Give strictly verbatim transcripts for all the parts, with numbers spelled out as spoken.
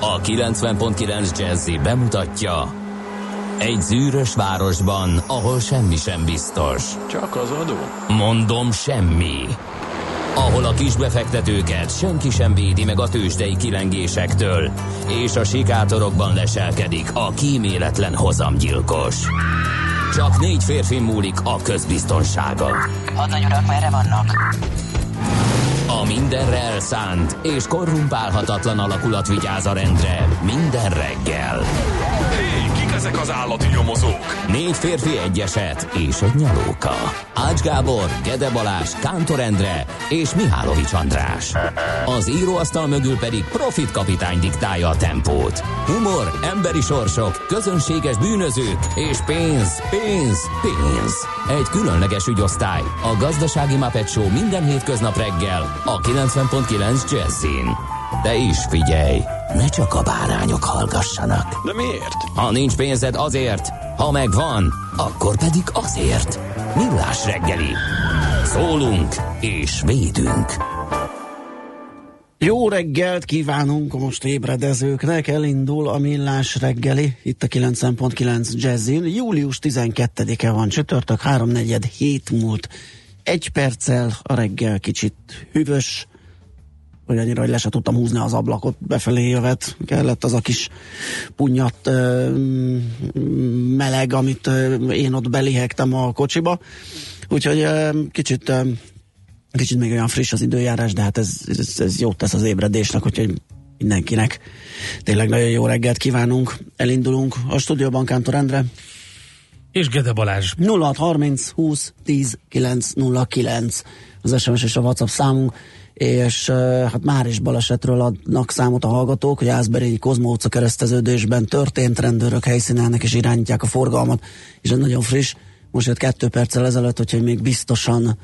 A kilencven pont kilenc Jazzy bemutatja: egy zűrös városban, ahol semmi sem biztos. Csak az adó? Mondom, semmi. Ahol a kisbefektetőket senki sem védi meg a tőzsdei kilengésektől, és a sikátorokban leselkedik a kíméletlen hozamgyilkos. Csak négy férfi múlik a közbiztonsága. Hadnagy urak, merre vannak? A mindenre elszánt és korrumpálhatatlan alakulat vigyáz a rendre minden reggel. Hé, kik ezek az állati nyomozók? Négy férfi, egy eset és egy nyalóka. Ács Gábor, Gede Balázs, Kántor Endre és Mihálovics András. Az íróasztal mögül pedig Profit kapitány diktálja a tempót. Humor, emberi sorsok, közönséges bűnözők és pénz, pénz, pénz. Egy különleges ügyosztály, a Gazdasági Muppet Show minden hétköznap reggel a kilencven pont kilenc Jazzin. De is figyelj, ne csak a bárányok hallgassanak. De miért? Ha nincs pénzed, azért, ha megvan, akkor pedig azért. Millás reggeli. Szólunk és védünk. Jó reggelt kívánunk most ébredezőknek, elindul a Millás reggeli, itt a kilencven pont kilenc Jazzin. Július tizenkettedike van, csütörtök, háromnegyed hét múlt. Egy perccel a reggel kicsit hűvös, hogy annyira, hogy le se tudtam húzni az ablakot, befelé jövet, kellett az a kis punnyat ö, meleg, amit ö, én ott belihegtem a kocsiba. Úgyhogy ö, kicsit ö, kicsit még olyan friss az időjárás, de hát ez, ez, ez jót tesz az ébredésnek, úgyhogy mindenkinek tényleg nagyon jó reggelt kívánunk. Elindulunk a stúdióban, Kántor Endre és Gede Balázs. nulla hat harminc húsz tíz kilenc nulla kilenc az es em es és a WhatsApp számunk, és uh, hát már is balesetről adnak számot a hallgatók, hogy Ászberényi Kozma utca kereszteződésben történt, rendőrök helyszínelnek és irányítják a forgalmat, és ez nagyon friss, most jött kettő perccel ezelőtt, úgyhogy még biztosan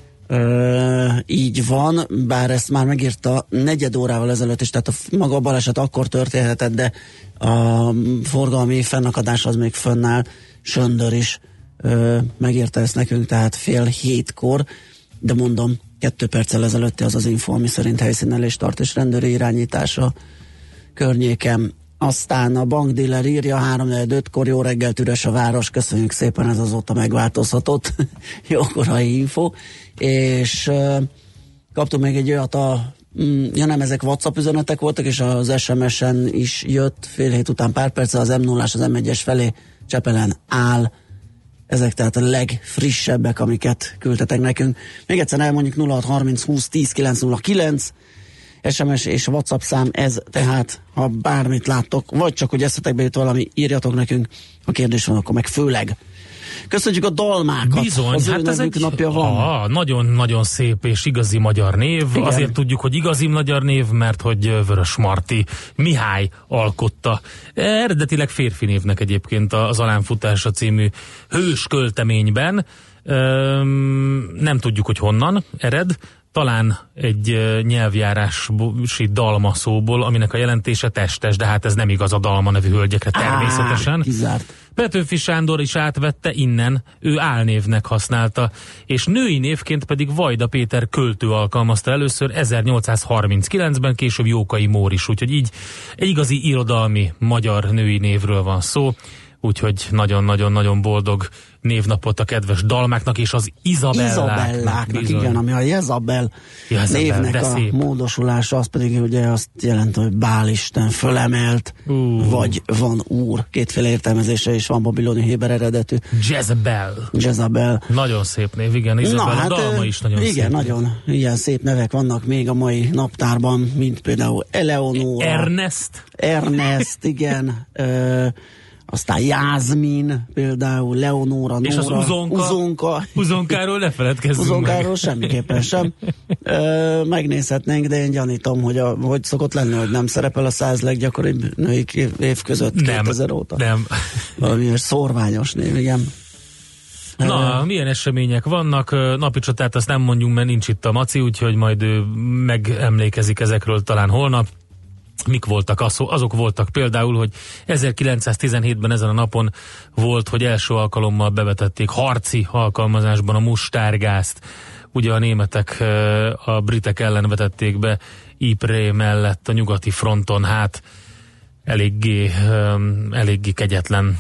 uh, így van, bár ezt már megírta negyed órával ezelőtt is, tehát a maga a baleset akkor történhetett, de a forgalmi fennakadás az még fönnáll. Söndör is uh, megírta ezt nekünk, tehát fél hétkor, de mondom, kettő perccel ezelőtti az az info, ami szerint helyszínelés tart és rendőri irányítása környéken. Aztán a bankdíler írja, háromnegyed ötkor, jó reggelt, üres a város, köszönjük szépen, ez azóta megváltozhatott. Jókorai info. És uh, kaptunk még egy olyat, a, mm, ja nem, ezek WhatsApp üzenetek voltak, és az es em es-en is jött fél hét után pár perccel, az em nullás az em egyes felé Csepelen áll. Ezek tehát a legfrissebbek, amiket küldtetek nekünk. Még egyszer elmondjuk, nulla hat harminc húsz tíz kilenc nulla kilenc es em es és WhatsApp szám, ez tehát, ha bármit láttok, vagy csak, hogy eszetekbe jut valami, írjatok nekünk, ha kérdés van, akkor meg főleg. Köszönjük a dalmákat. Bizony, az hát ez egy napja van. Nagyon-nagyon szép és igazi magyar név. Igen. Azért tudjuk, hogy igazi magyar név, mert hogy Vörös Marti Mihály alkotta. Eredetileg férfi névnek egyébként az Alánfutása című hős költeményben. Üm, nem tudjuk, hogy honnan ered. Talán egy nyelvjárási dalma szóból, aminek a jelentése testes, de hát ez nem igaz a Dalma nevű hölgyekre természetesen. Á, kizárt. Petőfi Sándor is átvette innen, ő álnévnek használta, és női névként pedig Vajda Péter költő alkalmazta először ezernyolcszázharminckilencben, később Jókai Mór is, úgyhogy így egy igazi irodalmi magyar női névről van szó, úgyhogy nagyon-nagyon-nagyon boldog névnapot a kedves dalmáknak és az Izabelláknak. Izabelláknak, igen, ami a Jezabel Jezabel, névnek a szép módosulása, az pedig ugye azt jelenti, hogy Bálisten fölemelt, uh. vagy van úr. Kétféle értelmezése is van, babiloni héber eredetű. Jezabel. Jezabel. Nagyon szép név, igen. Izabel, na, hát, a dalma is nagyon igen, szép. Igen, nagyon ilyen szép nevek vannak még a mai naptárban, mint például Eleonora. Ernest. Ernest, igen. Ö, aztán Jászmin, például Leonora, Nóra, és az Uzonka, Uzonka. Uzonkáról ne feledkezzünk Uzonkáról meg. semmiképpen sem. Ö, megnézhetnénk, de én gyanítom, hogy a, hogy szokott lenni, hogy nem szerepel a száz leggyakoribb női év között nem, kétezer óta. Nem. Valami szorványos név, igen. Na, milyen események vannak? Napi csatát azt nem mondjuk, mert nincs itt a Maci, úgyhogy majd ő megemlékezik ezekről talán holnap. Mik voltak? Azok voltak például, hogy ezerkilencszáztizenhétben ezen a napon volt, hogy első alkalommal bevetették harci alkalmazásban a mustárgázt. Ugye a németek a britek ellen vetették be Ypres mellett a nyugati fronton, hát eléggé, eléggé kegyetlen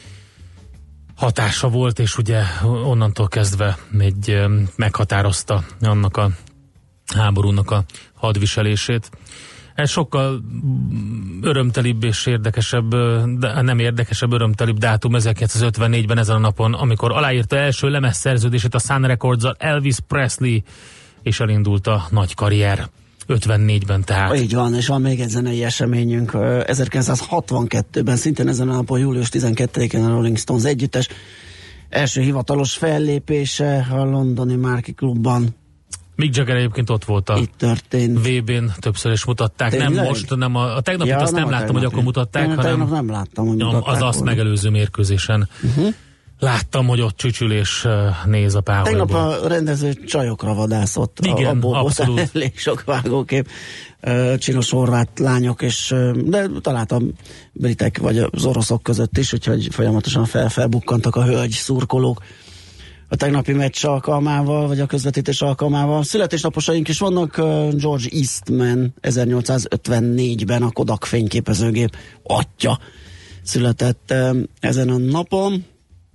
hatása volt, és ugye onnantól kezdve egy meghatározta annak a háborúnak a hadviselését. Ez sokkal örömtelibb és érdekesebb, de nem érdekesebb, örömtelibb dátum ezerkilencszázötvennégyben ezen a napon, amikor aláírta első lemezszerződését a Sun Records-al Elvis Presley, és elindult a nagy karrier. ötvennégyben tehát. Így van, és van még egy zenei eseményünk. ezerkilencszázhatvankettőben, szintén ezen a napon, július tizenkettedikén a Rolling Stones együttes első hivatalos fellépése a londoni Marquee Clubban. Mick Jagger egyébként ott volt a Itt történt. vé bén, többször is mutatták. Tényleg? Nem most, nem a, a tegnapit ja, azt nem, nem láttam, tegnapi. Hogy akkor mutatták, Én hanem nem láttam, hogy mutatták az azt volna. megelőző mérkőzésen. Uh-huh. Láttam, hogy ott csücsül és néz a páholyból. Tegnap a rendező csajokra vadászott. Igen, abból abszolút. Elég sok vágókép. Csinos horvát lányok, és de találtam britek vagy az oroszok között is, úgyhogy folyamatosan fel-felbukkantak a hölgy szurkolók a tegnapi meccs alkalmával, vagy a közvetítés alkalmával. Születésnaposaink is vannak. George Eastman ezernyolcszázötvennégyben a Kodak fényképezőgép atya született ezen a napon.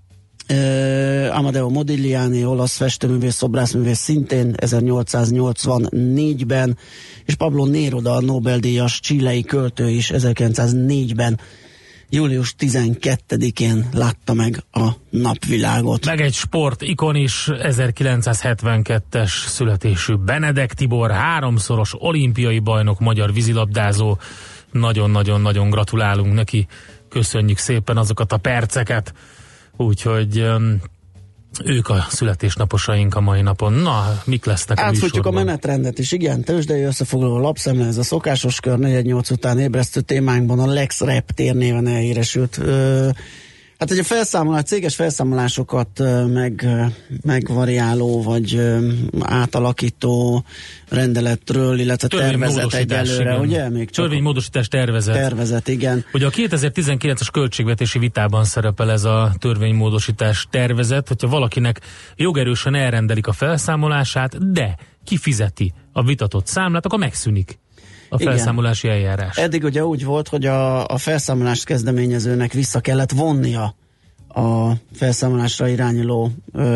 Uh, Amadeo Modigliani, olasz festőművész, szobrászművész szintén ezernyolcszáznyolcvannégyben, és Pablo Neruda, a Nobel-díjas chilei költő is ezerkilencszáznégyben, július tizenkettedikén látta meg a napvilágot. Meg egy sportikon is, ezerkilencszázhetvenkettes születésű Benedek Tibor, háromszoros olimpiai bajnok, magyar vízilabdázó. Nagyon-nagyon-nagyon gratulálunk neki, köszönjük szépen azokat a perceket. Úgyhogy um, ők a születésnaposaink a mai napon. Na, mik lesznek a műsorban? Átfutjuk a menetrendet is, igen, tőzsdei összefoglaló lapszemle, ez a szokásos kör, negyven nyolc után ébresztő témánkban a Lex Reptér néven elhíresült. Ö, hát ugye felszámolás, céges felszámolásokat meg, megvariáló, vagy ö, átalakító rendeletről, illetve tervezet egyelőre, igen. Ugye? Még csak törvénymódosítás tervezet. Tervezet, igen. Ugye a kétezer-tizenkilences költségvetési vitában szerepel ez a törvénymódosítás tervezet, hogyha valakinek jogerősen elrendelik a felszámolását, de kifizeti a vitatott számlát, akkor megszűnik a felszámolási igen. eljárás. Eddig ugye úgy volt, hogy a, a felszámolást kezdeményezőnek vissza kellett vonnia a felszámolásra irányuló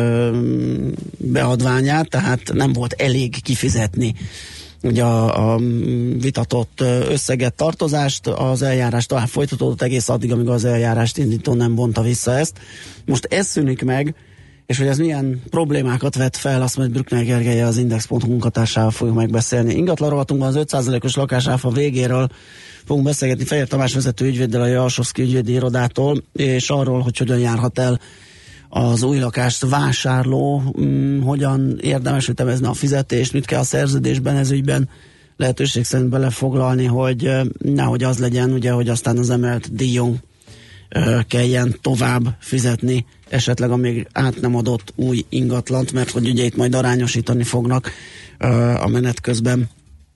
ö, beadványát, tehát nem volt elég kifizetni ugye a, a vitatott összeget, tartozást, az eljárás tovább folytatódott egész addig, amíg az eljárást indító nem bonta vissza ezt. Most ez szűnik meg, és hogy ez milyen problémákat vet fel, azt majd Brückner Gergelye, az Index pont hu munkatársával fogjuk megbeszélni. Ingatlan rovatunkban az öt százalékos lakásáfa végéről fogunk beszélgetni Fejér Tamás vezető ügyvéddel a Jalsowski ügyvédi irodától, és arról, hogy hogyan járhat el az új lakást vásárló, hm, hogyan érdemes ütemezni a fizetést, mit kell a szerződésben ez ügyben lehetőség szerint belefoglalni, hogy nehogy az legyen, ugye, hogy aztán az emelt díjon kelljen tovább fizetni esetleg a még át nem adott új ingatlant, mert hogy ugye itt majd arányosítani fognak a menet közben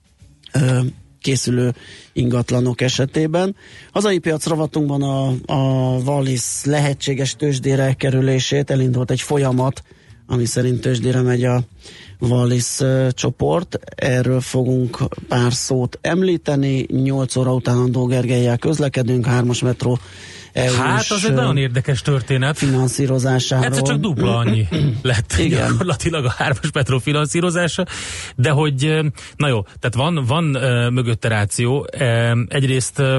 készülő ingatlanok esetében. Hazai piac rovatunkban a, a Wallis lehetséges tőzsdére kerülését, elindult egy folyamat, ami szerint tőzsdére megy a Wallis uh, csoport. Erről fogunk pár szót említeni. nyolc óra után Andó Gergellyel közlekedünk, hármas metró Hát az egy nagyon érdekes történet. Finanszírozásáról. Egyszer csak dupla annyi lett gyakorlatilag a hármas metró finanszírozása, de hogy, na jó, tehát van, van uh, mögötte ráció. Uh, egyrészt uh,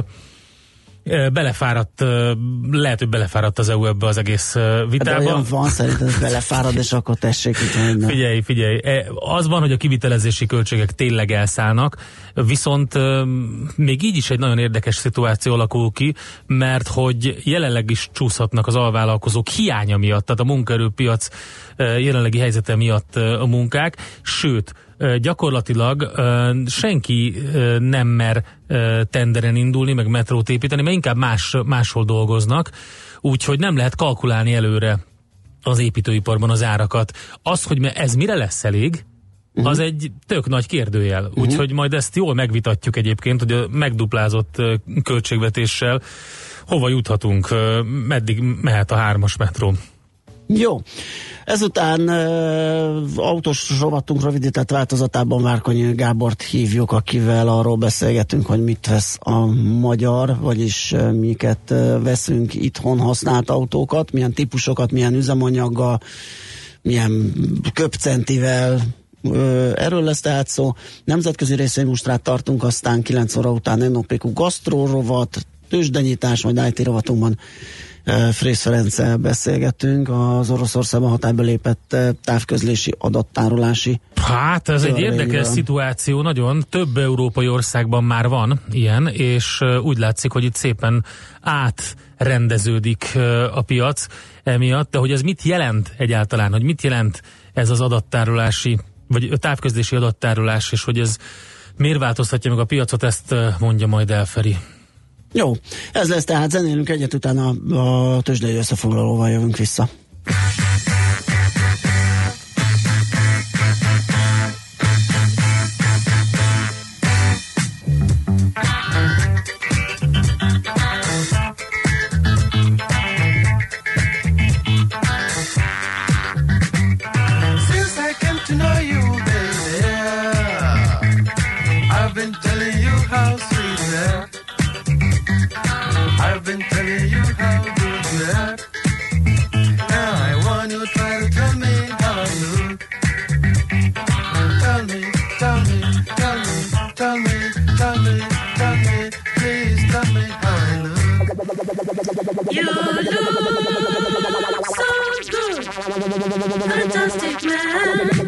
belefáradt, lehet, hogy belefáradt az é u ebbe az egész vitába. De olyan van, szerintem belefárad, és akkor tessék itt. Figyelj, figyelj. Az van, hogy a kivitelezési költségek tényleg elszállnak, viszont még így is egy nagyon érdekes szituáció alakul ki, mert hogy jelenleg is csúszhatnak az alvállalkozók hiánya miatt, tehát a munkaerőpiac jelenlegi helyzete miatt a munkák, sőt, gyakorlatilag uh, senki uh, nem mer uh, tenderen indulni, meg metrót építeni, mert inkább más, máshol dolgoznak, úgyhogy nem lehet kalkulálni előre az építőiparban az árakat. Az, hogy ez mire lesz elég, uh-huh. az egy tök nagy kérdőjel. Uh-huh. Úgyhogy majd ezt jól megvitatjuk egyébként, hogy a megduplázott uh, költségvetéssel hova juthatunk, uh, meddig mehet a hármas metró. Jó. Ezután uh, autós rovatunk rövidített változatában Várkonyi Gábort hívjuk, akivel arról beszélgetünk, hogy mit vesz a magyar, vagyis uh, miket uh, veszünk itthon használt autókat, milyen típusokat, milyen üzemanyaggal, milyen köpcentivel, uh, erről lesz tehát szó. Nemzetközi részvénymustrát tartunk, aztán kilenc óra után en o pé kú gasztró rovat, tőzsdenyítás, majd i té rovatunkban Frész Ferenccel beszélgetünk az Oroszországban hatályba lépett távközlési adattárolási. Hát ez egy érdekes szituáció, nagyon több európai országban már van ilyen, és úgy látszik, hogy itt szépen átrendeződik a piac emiatt, de hogy ez mit jelent egyáltalán, hogy mit jelent ez az adattárolási, vagy a távközlési adattárolás, és hogy ez miért változtatja meg a piacot, ezt mondja majd el Feri. Jó, ez lesz tehát, zenélünk egyet, utána a tőzsdei összefoglalóval jövünk vissza. You look so good, fantastic man.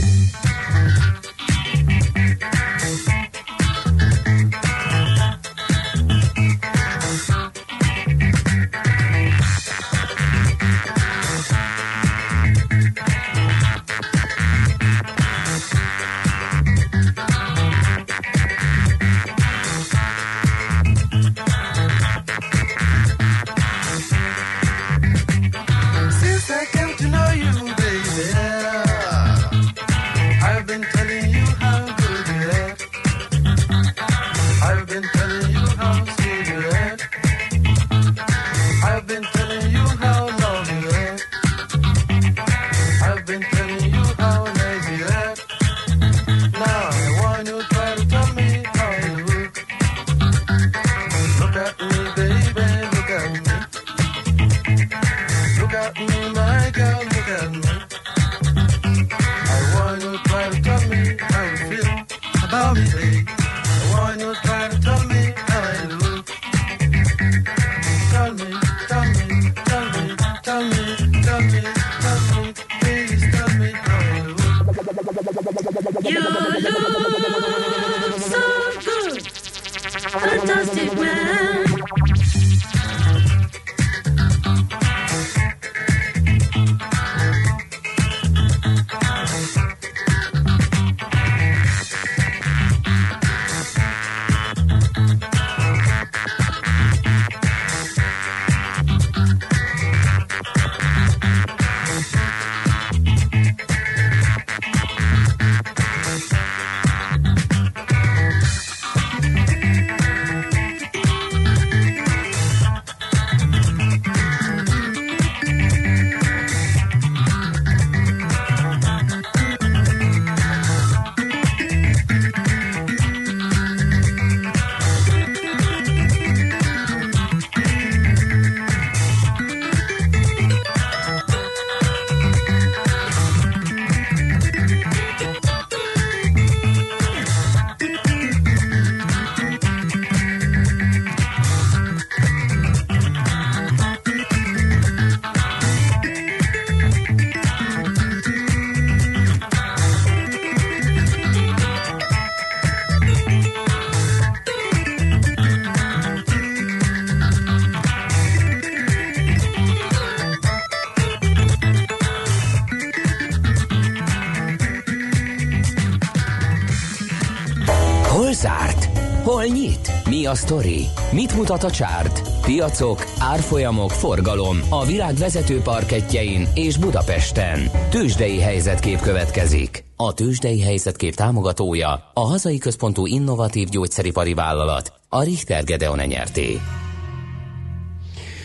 Hol nyit? Mi a sztori? Mit mutat a csárt? Piacok, árfolyamok, forgalom a világ vezető parkettjein és Budapesten. Tőzsdei helyzetkép következik. A Tőzsdei helyzetkép támogatója a hazai központú innovatív gyógyszeripari vállalat, a Richter Gedeon Nyrt.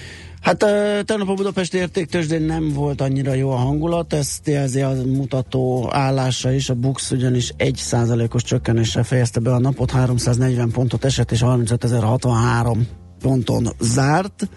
Hát tegnap a budapesti értéktőzsdén nem volt annyira jó a hangulat, ezt jelzi a mutató állása is, a BUX ugyanis egy százalékos csökkenéssel fejezte be a napot, háromszáznegyven pontot esett, és harmincötezer-hatvanhárom ponton zárt.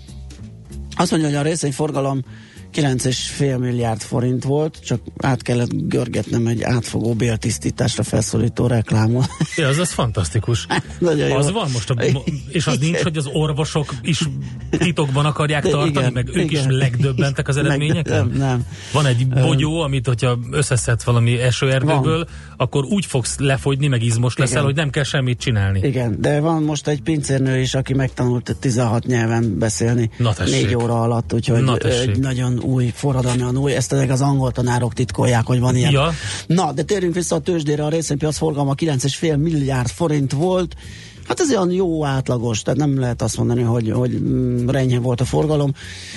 Azt mondja, hogy a részvényforgalom kilenc egész öt milliárd forint volt, csak át kellett görgetnem egy átfogó béltisztításra felszólító reklámot. Ja, az az fantasztikus. Az van most, a, és az igen. Nincs, hogy az orvosok is titokban akarják de tartani, igen, meg ők igen. is legdöbbentek az eredményeken? Nem, nem. Van egy bogyó, amit hogyha összeszedsz valami esőerdőből, van. Akkor úgy fogsz lefogyni, meg izmos leszel, igen. hogy nem kell semmit csinálni. Igen, de van most egy pincérnő is, aki megtanult tizenhat nyelven beszélni négy óra alatt, úgyhogy egy nagyon új, forradalmian új, ezt ezek az angol tanárok titkolják, hogy van ilyen. Ja. Na, de térjünk vissza a tőzsdére, a részvénypiac forgalma kilenc egész öt milliárd forint volt, hát ez olyan jó átlagos, tehát nem lehet azt mondani, hogy, hogy renyhe volt a forgalom,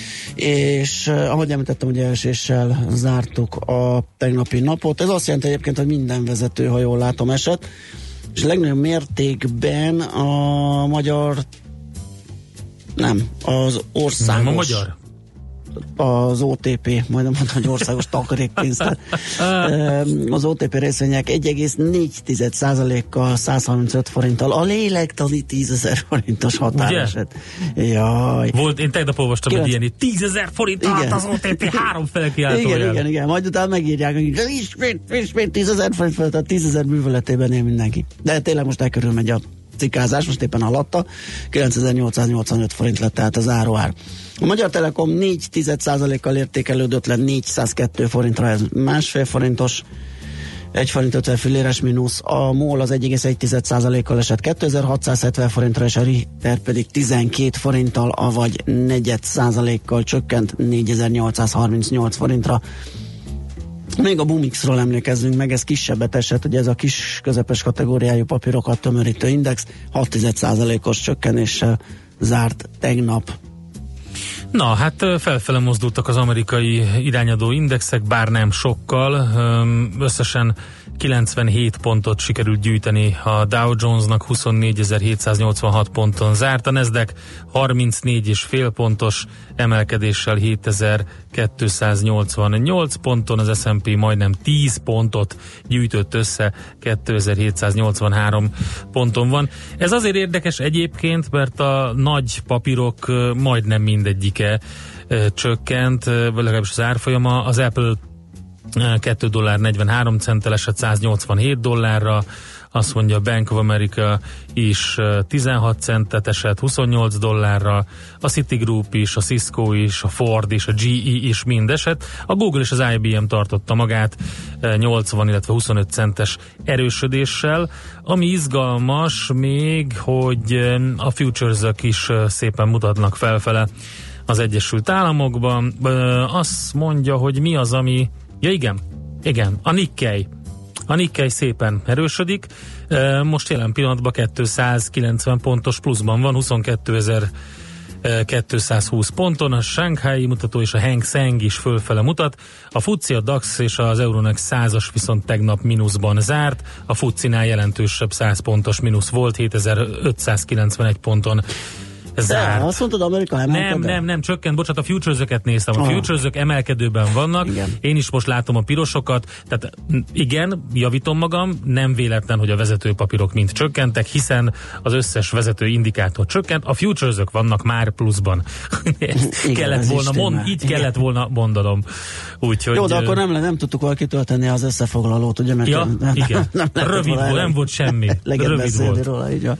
és eh, ahogy említettem, ugye eséssel zártuk a tegnapi napot, ez azt jelenti egyébként, hogy minden vezető, ha jól látom, esett, és legnagyobb mértékben a magyar nem, az országos nem a magyar? Az o té pé, majdnem mondom, hogy országos takarékpénztár. Az o té pé részvények egy egész négy százalékkal százharmincöt forinttal a lélektani tízezer forintos határeset. Jaj. Volt, én tegnap olvastam egy ilyen tízezer forint alatt az o té pé három felkiáltójel. Igen, igen, igen, majd utána megírják, hogy ismét, ismét tízezer forint felett, a tízezer műveletében él mindenki. De tényleg most elkörül megy a cikázás, most éppen alatta, kilencezer-nyolcszáznyolcvanöt forint lett tehát az áruár. A Magyar Telekom négy százalékkal értékelődött le négyszázkettő forintra, ez másfél forintos, egy forint ötven filléres mínusz, a MOL az egy egész egy százalékkal esett kétezer-hatszázhetven forintra, és a Richter pedig tizenkét forinttal, avagy negyed százalékkal csökkent négyezer-nyolcszázharmincnyolc forintra. Még a Bumixról emlékezzünk meg, ez kisebbet esett, ugye ez a kis közepes kategóriájú papírokat tömörítő index hat százalékos csökkenéssel zárt tegnap. Na, hát felfele mozdultak az amerikai irányadó indexek, bár nem sokkal. Összesen kilencvenhét pontot sikerült gyűjteni a Dow Jonesnak, huszonnégyezer-hétszáznyolcvanhat ponton zárt, a Nasdaq harmincnégy egész öt pontos emelkedéssel hétezer-kétszáznyolcvannyolc ponton, az es and pé majdnem tíz pontot gyűjtött össze, kétezer-hétszáznyolcvanhárom ponton van. Ez azért érdekes egyébként, mert a nagy papírok majdnem mindegyike csökkent, vagy legalábbis az árfolyama. Az Apple két dollár negyvenhárom centtel esett száznyolcvanhét dollárra, azt mondja a Bank of America is tizenhat centet esett huszonnyolc dollárra, a Citigroup is, a Cisco is, a Ford is, a gé é is mind esett, a Google és az i bé em tartotta magát nyolcvan, illetve huszonöt centes erősödéssel. Ami izgalmas még, hogy a futures-ök is szépen mutatnak felfele az Egyesült Államokban. Azt mondja, hogy mi az, ami ja igen, igen, a Nikkei. A Nikkei szépen erősödik, most jelen pillanatban kétszázkilencven pontos pluszban van, huszonkétezer-kétszázhúsz ponton, a Shanghai mutató és a Hang Seng is fölfele mutat, a FTSE, a DAX és az Euronext százas viszont tegnap mínuszban zárt, a FTSE-nál jelentősebb száz pontos mínusz volt, hétezer-ötszázkilencvenegy ponton zárt. De, azt mondtad, Amerika emelkedett? Nem, nem, nem, csökkent, bocsánat, a futures-öket néztem. A futures-ök emelkedőben vannak, igen. Én is most látom a pirosokat, tehát igen, javítom magam, nem véletlen, hogy a vezetőpapírok mind csökkentek, hiszen az összes vezető indikátor csökkent, a futures-ök vannak már pluszban. Igen, kellett volna mond, így igen. kellett volna mondanom. Úgyhogy, jó, de akkor nem, nem tudtuk volna kitölteni az összefoglalót, ugye? Mert ja, nem, igen. Nem, nem Rövid volt, nem volt semmi. Rövid volt. Róla, így van.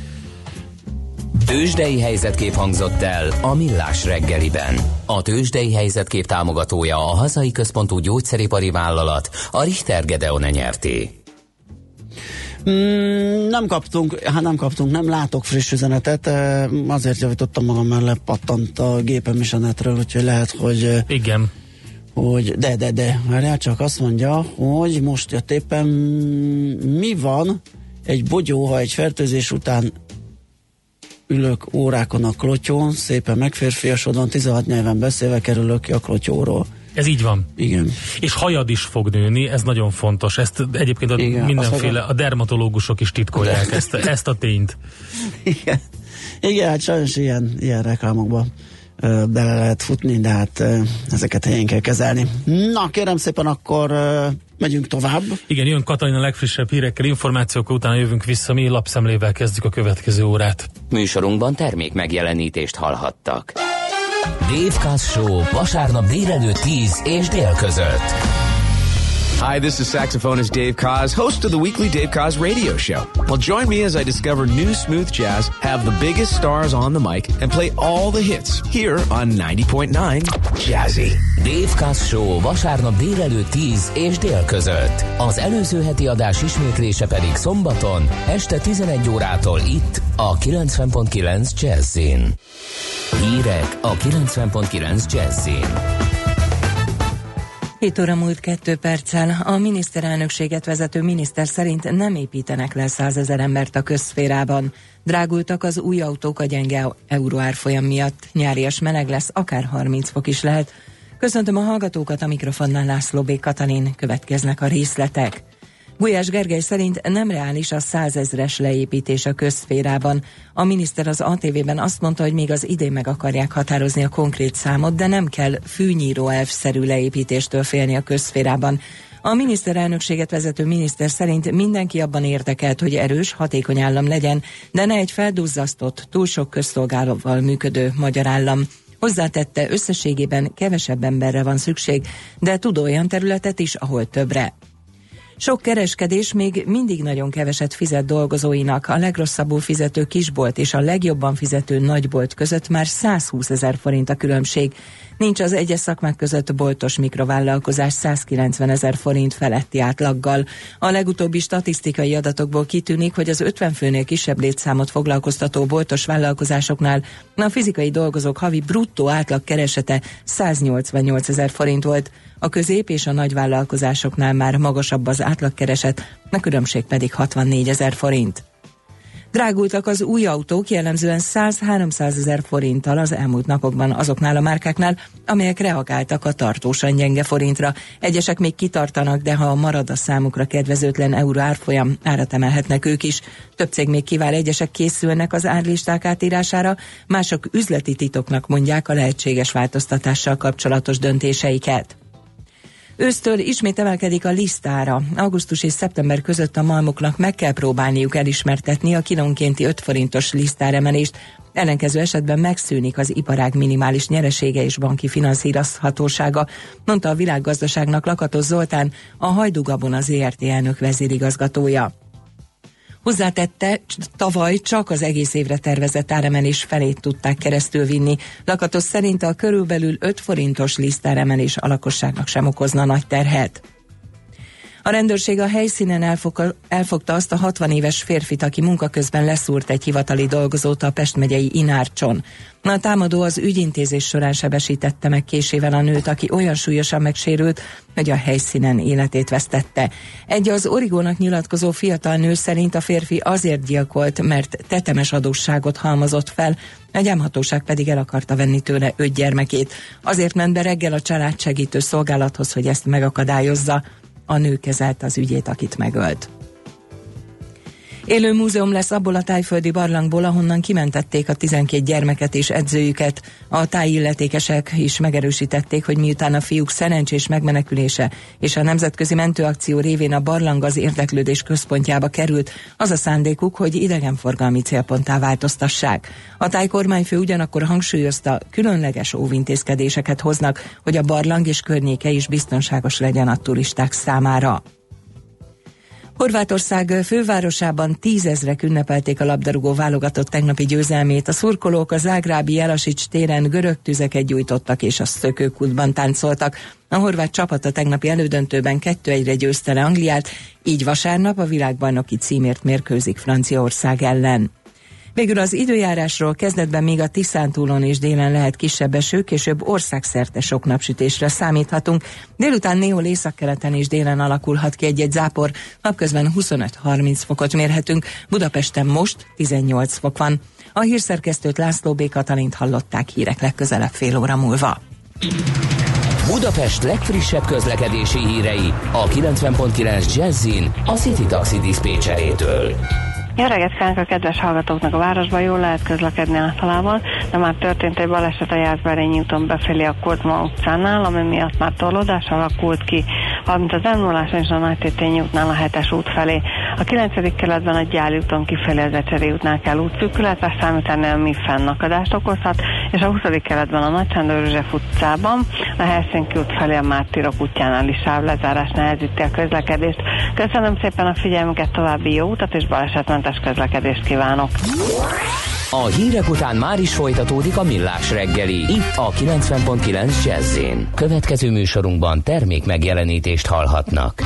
Tőzsdei helyzetkép hangzott el a Millás reggeliben. A tőzsdei helyzetkép támogatója a hazai központú gyógyszeripari vállalat, a Richter Gedeon nyerté. Mm, nem kaptunk, hát nem kaptunk, nem látok friss üzenetet, azért javítottam magam, mert lepattant a gépem is a netről, úgyhogy lehet, hogy... Igen. Hogy de, de, de, mert csak azt mondja, hogy most jött éppen, mi van egy bogyó, ha egy fertőzés után ülök órákon a klotyón, szépen megférfiasodva, tizenhat nyelven beszélve kerülök ki a klotyóról. Ez így van. Igen. És hajad is fog nőni, ez nagyon fontos. Ezt egyébként a igen, mindenféle, a dermatológusok is titkolják ezt, ezt a tényt. Igen. Igen, hát sajnos ilyen, ilyen reklámokban bele lehet futni, de hát ezeket helyén kell kezelni. Na, kérem szépen, akkor megyünk tovább. Igen, jön Katalin a legfrissebb hírekkel, információkkal, utána jövünk vissza, mi lapszemlével kezdjük a következő órát. Műsorunkban termék megjelenítést hallhattak. Dave Kass Show vasárnap délelőtt tíz és dél között. Hi, this is saxophonist Dave Koz, host of the weekly Dave Koz radio show. Well, join me as I discover new smooth jazz, have the biggest stars on the mic, and play all the hits here on ninety point nine Jazzy. Dave Kass Show vasárnap délelőtt tíz és dél között. Az előző heti adás ismétlése pedig szombaton este tizenegy órától itt a kilencven pont kilenc Jazzin. Hírek a kilencven pont kilenc Jazzin. hét óra múlt kettő perccel. A miniszterelnökséget vezető miniszter szerint nem építenek le százezer embert a közszférában. Drágultak az új autók a gyenge euróárfolyam miatt. Nyárias meleg lesz, akár harminc fok is lehet. Köszöntöm a hallgatókat, a mikrofonnál László B. Katalin, következnek a részletek. Gulyás Gergely szerint nem reális a százezres leépítés a közszférában. A miniszter az á té vében azt mondta, hogy még az idén meg akarják határozni a konkrét számot, de nem kell fűnyíró elvszerű leépítéstől félni a közszférában. A miniszterelnökséget vezető miniszter szerint mindenki abban érdekelt, hogy erős, hatékony állam legyen, de ne egy felduzzasztott, túl sok közszolgálóval működő magyar állam. Hozzátette, összességében kevesebb emberre van szükség, de tud olyan területet is, ahol többre. Sok kereskedés még mindig nagyon keveset fizet dolgozóinak. A legrosszabbul fizető kisbolt és a legjobban fizető nagybolt között már százhúszezer forint a különbség. Nincs az egyes szakmák között boltos mikrovállalkozás százkilencvenezer forint feletti átlaggal. A legutóbbi statisztikai adatokból kitűnik, hogy az ötven főnél kisebb létszámot foglalkoztató boltos vállalkozásoknál a fizikai dolgozók havi bruttó átlag keresete száznyolcvannyolcezer forint volt. A közép- és a nagy vállalkozásoknál már magasabb az átlagkereset, a különbség pedig hatvannégyezer forint. Drágultak az új autók, jellemzően száz-háromszázezer forinttal az elmúlt napokban azoknál a márkáknál, amelyek reagáltak a tartósan gyenge forintra. Egyesek még kitartanak, de ha marad a számukra kedvezőtlen euró árfolyam, árat emelhetnek ők is. Több cég még kivál, egyesek készülnek az árlisták átírására, mások üzleti titoknak mondják a lehetséges változtatással kapcsolatos döntéseiket. Ősztől ismét emelkedik a lisztára. Augusztus és szeptember között a malmoknak meg kell próbálniuk elismertetni a kilónkénti öt forintos lisztáremelést, ellenkező esetben megszűnik az iparág minimális nyeresége és banki finanszírozhatósága, mondta a Világgazdaságnak Lakatos Zoltán, a Hajdú Gabona zé er té elnök vezérigazgatója. Hozzátette, tavaly csak az egész évre tervezett áremelés felét tudták keresztül vinni. Lakatos szerint a körülbelül öt forintos lisztáremelés a lakosságnak sem okozna nagy terhet. A rendőrség a helyszínen elfog, elfogta azt a hatvan éves férfit, aki munka közben leszúrt egy hivatali dolgozót a Pest megyei Inárcson. A támadó az ügyintézés során sebesítette meg késével a nőt, aki olyan súlyosan megsérült, hogy a helyszínen életét vesztette. Egy az Origónak nyilatkozó fiatal nő szerint a férfi azért gyilkolt, mert tetemes adósságot halmozott fel, a gyámhatóság pedig el akarta venni tőle öt gyermekét. Azért ment be reggel a családsegítő szolgálathoz, hogy ezt megakadályozza. A nő kezelte az ügyét, akit megölt. Élő múzeum lesz abból a tájföldi barlangból, ahonnan kimentették a tizenkét gyermeket és edzőjüket. A tájilletékesek is megerősítették, hogy miután a fiúk szerencsés megmenekülése és a nemzetközi mentőakció révén a barlang az érdeklődés központjába került, az a szándékuk, hogy idegenforgalmi célponttá változtassák. A táj kormányfő ugyanakkor hangsúlyozta, különleges óvintézkedéseket hoznak, hogy a barlang és környéke is biztonságos legyen a turisták számára. Horvátország fővárosában tízezrek ünnepelték a labdarúgó válogatott tegnapi győzelmét. A szurkolók a zágrábi Jelasics téren görög tüzeket gyújtottak és a szökőkútban táncoltak. A horvát csapat a tegnapi elődöntőben kettő egyre győzte le Angliát, így vasárnap a világbajnoki címért mérkőzik Franciaország ellen. Végül az időjárásról: kezdetben még a Tiszántúlon és délen lehet kisebb eső, később országszerte sok napsütésre számíthatunk. Délután néhol északkeleten és délen alakulhat ki egy-egy zápor, napközben huszonöt-harminc fokot mérhetünk, Budapesten most tizennyolc fok van. A hírszerkesztőt, László B. Katalint hallották, hírek legközelebb fél óra múlva. Budapest legfrissebb közlekedési hírei a kilencven pont kilenc Jazzin a City Taxi diszpécserétől. Jó reggelt kívánok a kedves hallgatóknak! A városban jól lehet közlekedni általában, de már történt egy baleset a Jászberényi úton befelé a Kozma utcánál, ami miatt már torlódás alakult ki, valamint az em nulláson és a Nagytétényi útnál a hetes út felé. A kilencedik kerületben a Gyáli úton kifelé az Ecseri útnál kell útszűkületre számítani, ami fennakadást okozhat, és a huszadik kerületben a Nagy Sándor József utcában a Helsinki út felé a Mártirok útjánál is sávlezárás nehezíti a közlekedést. Köszönöm szépen a figyelmüket, további jó utat és balesetmentes közlekedést kívánok! A hírek után már is folytatódik a Millás reggeli, itt a kilencven pont kilenc Jazz-én. Következő műsorunkban termék megjelenítést hallhatnak.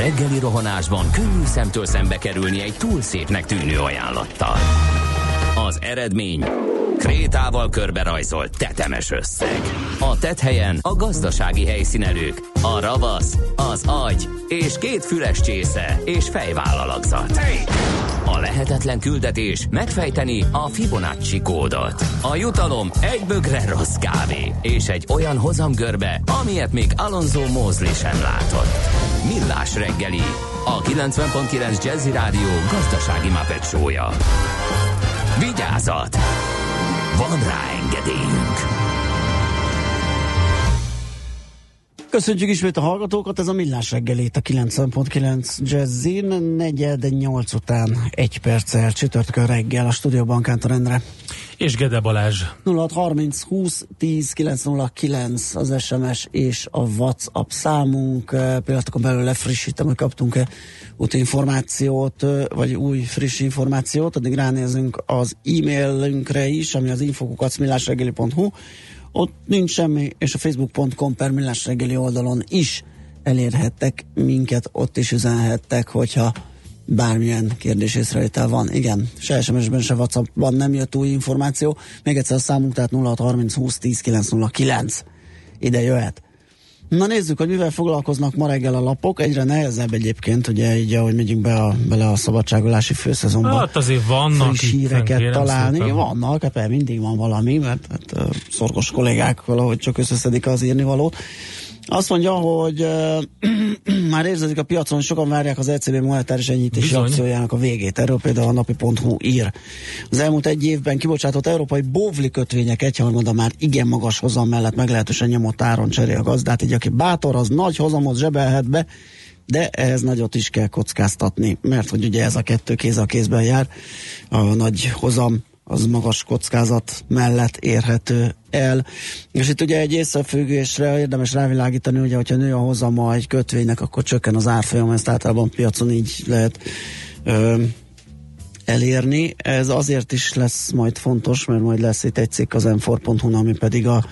reggeli rohanásban könnyű szemtől szembe kerülni egy túl szépnek tűnő ajánlattal. Az eredmény krétával körberajzolt tetemes összeg. A tetthelyen a gazdasági helyszínelők, a ravasz, az agy és két füles csésze és fejvállalakzat. A lehetetlen küldetés megfejteni a Fibonacci kódot. A jutalom egy bögre rossz kávé és egy olyan hozamgörbe, amilyet még Alonso Mosley sem látott. Millás reggeli, a kilencven pont kilenc Jazzy Rádió gazdasági Muppet show-ja. Vigyázat! Van rá engedélyünk! Köszönjük ismét a hallgatókat, ez a Millás reggelét a kilencven pont kilenc Jazzin, negyed nyolc után egy perccel csütörtökön reggel a stúdióban Kántor Endre. És Gede Balázs. nulla hat harminc húsz tíz kilenc nulla kilenc az es em es és a WhatsApp számunk. Pillanatokon belül lefrissítem, hogy kaptunk-e útinformációt, vagy új friss információt, addig ránézünk az e-mailünkre is, ami az info kukac millásreggeli pont hu. Ott nincs semmi, és a facebook pont com per Millás reggeli oldalon is elérhettek minket, ott is üzenhettek, hogyha bármilyen kérdés észrevétel van. Igen, se es em es-ben, se WhatsApp-ban nem jött új információ. Még egyszer a számunk, tehát nulla hat harminc húsz tíz kilenc nulla kilenc. Ide jöhet. Na nézzük, hogy mivel foglalkoznak ma reggel a lapok. Egyre nehezebb egyébként, ugye így, ahogy megyünk be a, bele a szabadságolási főszezonba. Hát azért vannak friss híreket találni. Szépen. Vannak, hát mindig van valami, mert hát, szorgos kollégák valahogy csak összeszedik az írnivalót. Azt mondja, hogy uh, már érződik a piacon, sokan várják az é cé bé monetáris enyhítési akciójának a végét. Erről például a napi pont hu ír. Az elmúlt egy évben kibocsátott európai bóvli kötvények egyharmada már igen magas hozam mellett meglehetősen nyomott áron cserél a gazdát, így aki bátor, az nagy hozamot zsebelhet be, de ehhez nagyot is kell kockáztatni, mert hogy ugye ez a kettő kéz a kézben jár. A nagy hozam az magas kockázat mellett érhető el. És itt ugye egy észrefüggésre érdemes rávilágítani, ugye, hogyha nő a hozama egy kötvénynek, akkor csökken az árfolyam, ezt általában piacon így lehet ö, elérni. Ez azért is lesz majd fontos, mert majd lesz itt egy cikk az em négy pont hu, ami pedig a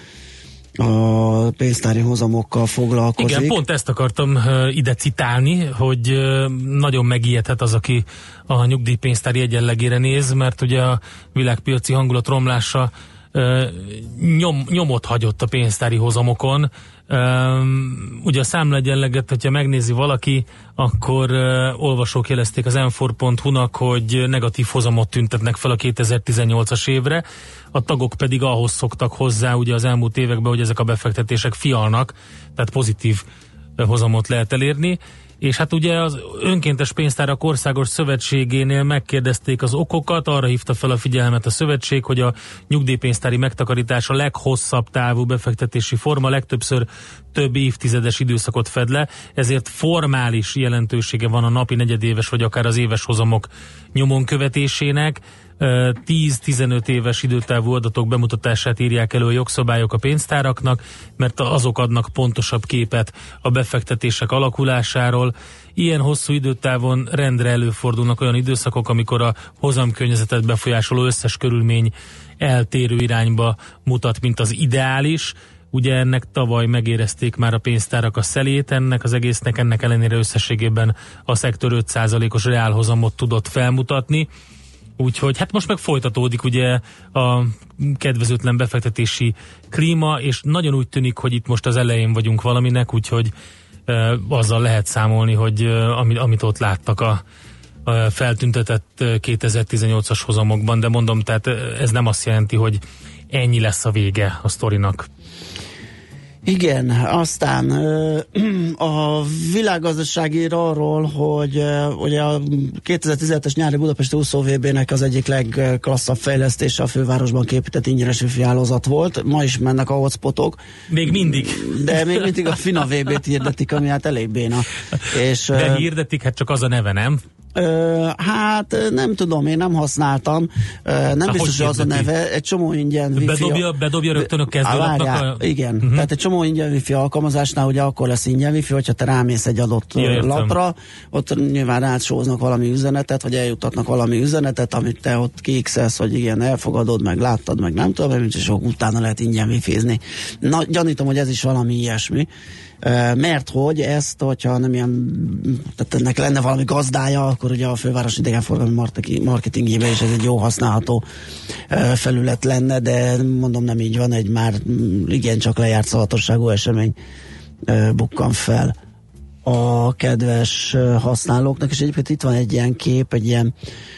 a pénztári hozamokkal foglalkozik. Igen, pont ezt akartam uh, ide citálni, hogy uh, nagyon megijedhet az, aki a nyugdíjpénztári egyenlegére néz, mert ugye a világpiaci hangulat romlása uh, nyom, nyomot hagyott a pénztári hozamokon. Um, ugye a számlaegyenleget, hogyha megnézi valaki, akkor uh, olvasók jelezték az em négy pont hu-nak, hogy negatív hozamot tüntetnek fel a kétezer-tizennyolcas évre, a tagok pedig ahhoz szoktak hozzá ugye az elmúlt években, hogy ezek a befektetések fialnak, tehát pozitív uh, hozamot lehet elérni, és hát ugye az önkéntes pénztárak országos szövetségénél megkérdezték az okokat, arra hívta fel a figyelmet a szövetség, hogy a nyugdíjpénztári megtakarítás a leghosszabb távú befektetési forma, legtöbbször több évtizedes időszakot fed le, ezért formális jelentősége van a napi, negyedéves vagy akár az éves hozamok nyomon követésének. tíz-tizenöt éves időtávú adatok bemutatását írják elő a jogszabályok a pénztáraknak, mert azok adnak pontosabb képet a befektetések alakulásáról. Ilyen hosszú időtávon rendre előfordulnak olyan időszakok, amikor a hozamkörnyezetet befolyásoló összes körülmény eltérő irányba mutat, mint az ideális. Ugye ennek tavaly megérezték már a pénztárak a szelét ennek az egésznek, ennek ellenére összességében a szektor öt százalékos reálhozamot tudott felmutatni. Úgyhogy hát most meg folytatódik ugye a kedvezőtlen befektetési klíma, és nagyon úgy tűnik, hogy itt most az elején vagyunk valaminek, úgyhogy e, azzal lehet számolni, hogy e, amit, amit ott láttak a, a feltüntetett kétezer-tizennyolcas hozamokban, de mondom, tehát ez nem azt jelenti, hogy ennyi lesz a vége a sztorinak. Igen, aztán a világgazdasági arról, hogy ugye a kétezer-tizenhetes nyári budapesti úszó vé bé-nek az egyik legklasszabb fejlesztése a fővárosban képített ingyenes wifi hálózat volt. Ma is mennek a hotspotok. Még mindig. De még mindig a Fina vé bét hirdetik, ami hát elég béna. És, de hirdetik, hát csak az a neve, nem? Ö, hát nem tudom, én nem használtam. Ö, nem Há, biztos, hogy az a neve. Egy csomó ingyen wifi. Bedobja, bedobja rögtön a kezdőlapnak a... Igen, uh-huh. tehát egy csomó ingyen wifi alkalmazásnál ugye akkor lesz ingyen wifi, hogyha te rámész egy adott ja, lapra, ott nyilván átsóznak valami üzenetet, vagy eljutatnak valami üzenetet, amit te ott kiixelsz, hogy igen, elfogadod, meg láttad, meg nem tudom, és utána lehet ingyen wifi-zni. Na, gyanítom, hogy ez is valami ilyesmi. Mert hogy ezt, hogyha nem ilyen, tehát ennek lenne valami gazdája, akkor ugye a főváros idegenforgalmi marketingjében is ez egy jó használható felület lenne, de mondom, nem így van, egy már igencsak lejárt szavatosságú esemény bukkan fel a kedves használóknak, és egyébként itt van egy ilyen kép, egy ilyen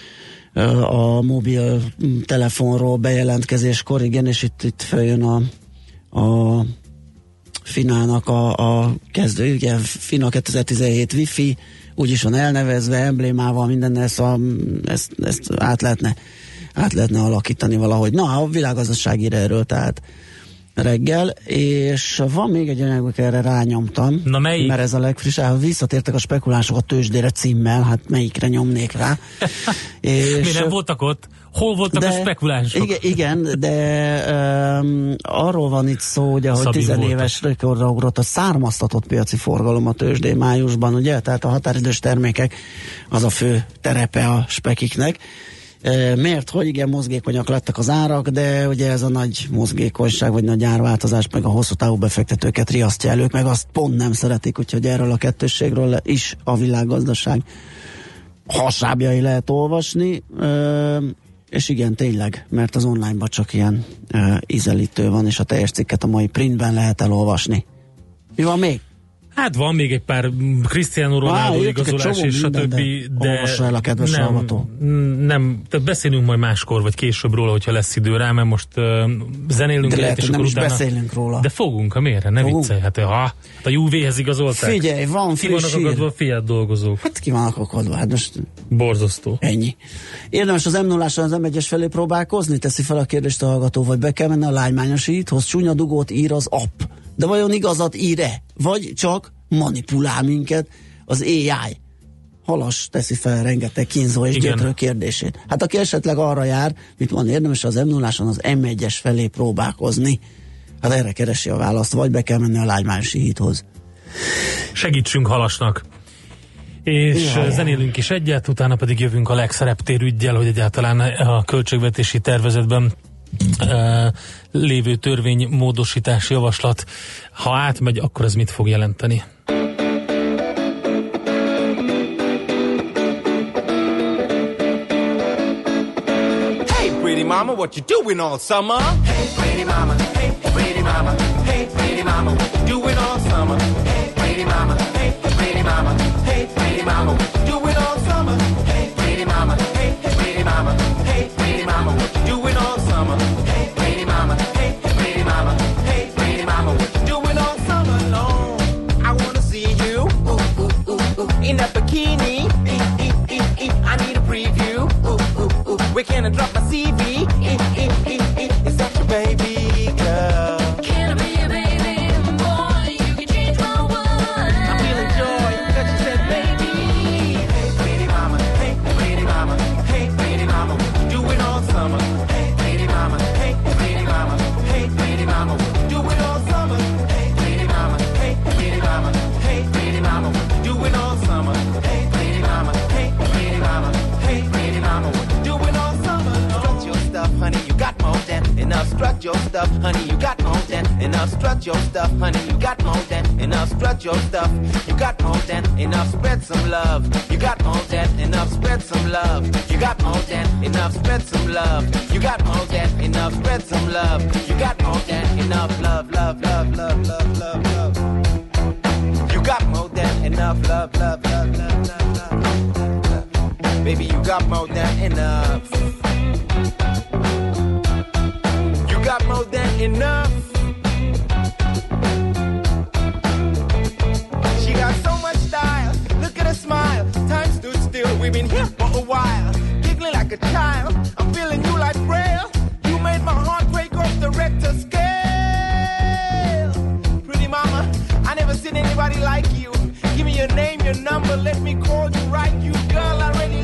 a mobil telefonról bejelentkezéskor, igen, és itt, itt feljön a, a Finának a, a kezdő, igen, Fina kétezer-tizenhét Wi-Fi, úgyis van elnevezve, emblémával, minden, ezt, a, ezt, ezt át, lehetne, át lehetne alakítani valahogy. Na, a világgazdasági erről, tehát reggel, és van még egy anyag, erre rányomtam. Na melyik? Mert ez a legfrissebb. Visszatértek a spekulánsok a tőzsdére címmel, hát melyikre nyomnék rá. És mi nem voltak ott? Hol voltak de, a spekulánsok? Igen, igen de um, arról van itt szó, ugye, hogy tizenéves rekordra ugrott a származtatott piaci forgalom a tőzsdén májusban, ugye? Tehát a határidős termékek az a fő terepe a spekiknek. Mert hogy igen, mozgékonyak lettek az árak, de ugye ez a nagy mozgékonyság, vagy nagy árváltozás, meg a hosszú távú befektetőket riasztja el, ők meg azt pont nem szeretik, úgyhogy erről a kettősségről is a világgazdaság hasábjai lehet olvasni, és igen, tényleg, mert az online-ban csak ilyen ízelítő van, és a teljes cikket a mai printben lehet elolvasni. Mi van még? Hát van még egy pár Cristiano Ronaldo ah, igazolás és a többi, de el a kedves nem, hallgató. nem, tehát beszélünk majd máskor, vagy később róla, hogyha lesz idő rá, mert most uh, zenélünk. De lehet, és nem akkor is utána, beszélünk róla. De fogunk, a miért? Ne viccelj, hát, ha, hát a Juvéhez igazolták. Figyelj, van friss hír. Ki vannak akadva a Fiat dolgozók? Hát ki vannak akadva, hát most... Borzasztó. Ennyi. Érdemes az em nulláson az em egyes felé próbálkozni? Teszi fel a kérdést a hallgató, vagy be kell menni a lágymányosíthoz, csúnya dugót ír az app. De vajon igazat ír-e? Vagy csak manipulál minket az á i? Halas teszi fel rengeteg kínzó és gyötrő kérdését. Hát aki esetleg arra jár, mit van érdemes az em nulláson az em egyes felé próbálkozni. Hát erre keresi a választ, vagy be kell menni a lágymányosi hídhoz. Segítsünk Halasnak. És Jaj. zenélünk is egyet, utána pedig jövünk a legszereptér üggyel, hogy egyáltalán a költségvetési tervezetben Uh, lévő törvénymódosítási javaslat, ha átmegy, akkor ez mit fog jelenteni? Hey pretty mama, what you doing all summer? Hey pretty mama, hey pretty mama, hey pretty mama, what you doing all summer? Hey pretty mama, hey pretty mama, hey pretty mama, what you doing all summer? Hey pretty mama, hey pretty mama, hey pretty mama, what you doing all summer? Hey pretty mama, hey pretty mama, hey pretty mama, what you doing all summer long? I wanna see you ooh, ooh, ooh, ooh, in that bikini. E, e, e, e, I need a preview. Ooh, ooh, ooh. Where can I drop my C V? E, e, e, e, is that your baby girl? Can I be a baby boy? You can change my world. I'm feeling joy because you said baby. Hey pretty mama, hey pretty mama, hey pretty mama, what you doing all summer? Hey pretty mama, hey pretty mama, hey pretty mama, what you doing all summer? Hey pretty mama, hey pretty mama, hey pretty mama, what you doing all summer? Hey pretty mama, hey pretty mama, hey pretty mama, what you doing all summer? Strut your stuff, honey, you got more than enough. Strut your stuff, honey, you got more than enough. Strut your stuff, honey, you got more than enough. Strut your stuff, you got more than enough. Spread some love, you got more than enough. Spread some love, you got more than enough. Spread some love, you got more than enough. Spread some love, you got more than enough. Love, love, love, love, love, love, love. You got more than enough. Love, love, love, love, love, love, love. Baby, you got more than enough. You got more than enough. She got so much style. Look at her smile. Time stood still. We've been here for a while. Giggling like a child. I'm feeling you like Braille. You made my heart break off the Richter scale. Pretty mama, I never seen anybody like you. Give me your name, your number. Let me call you right. You girl, I already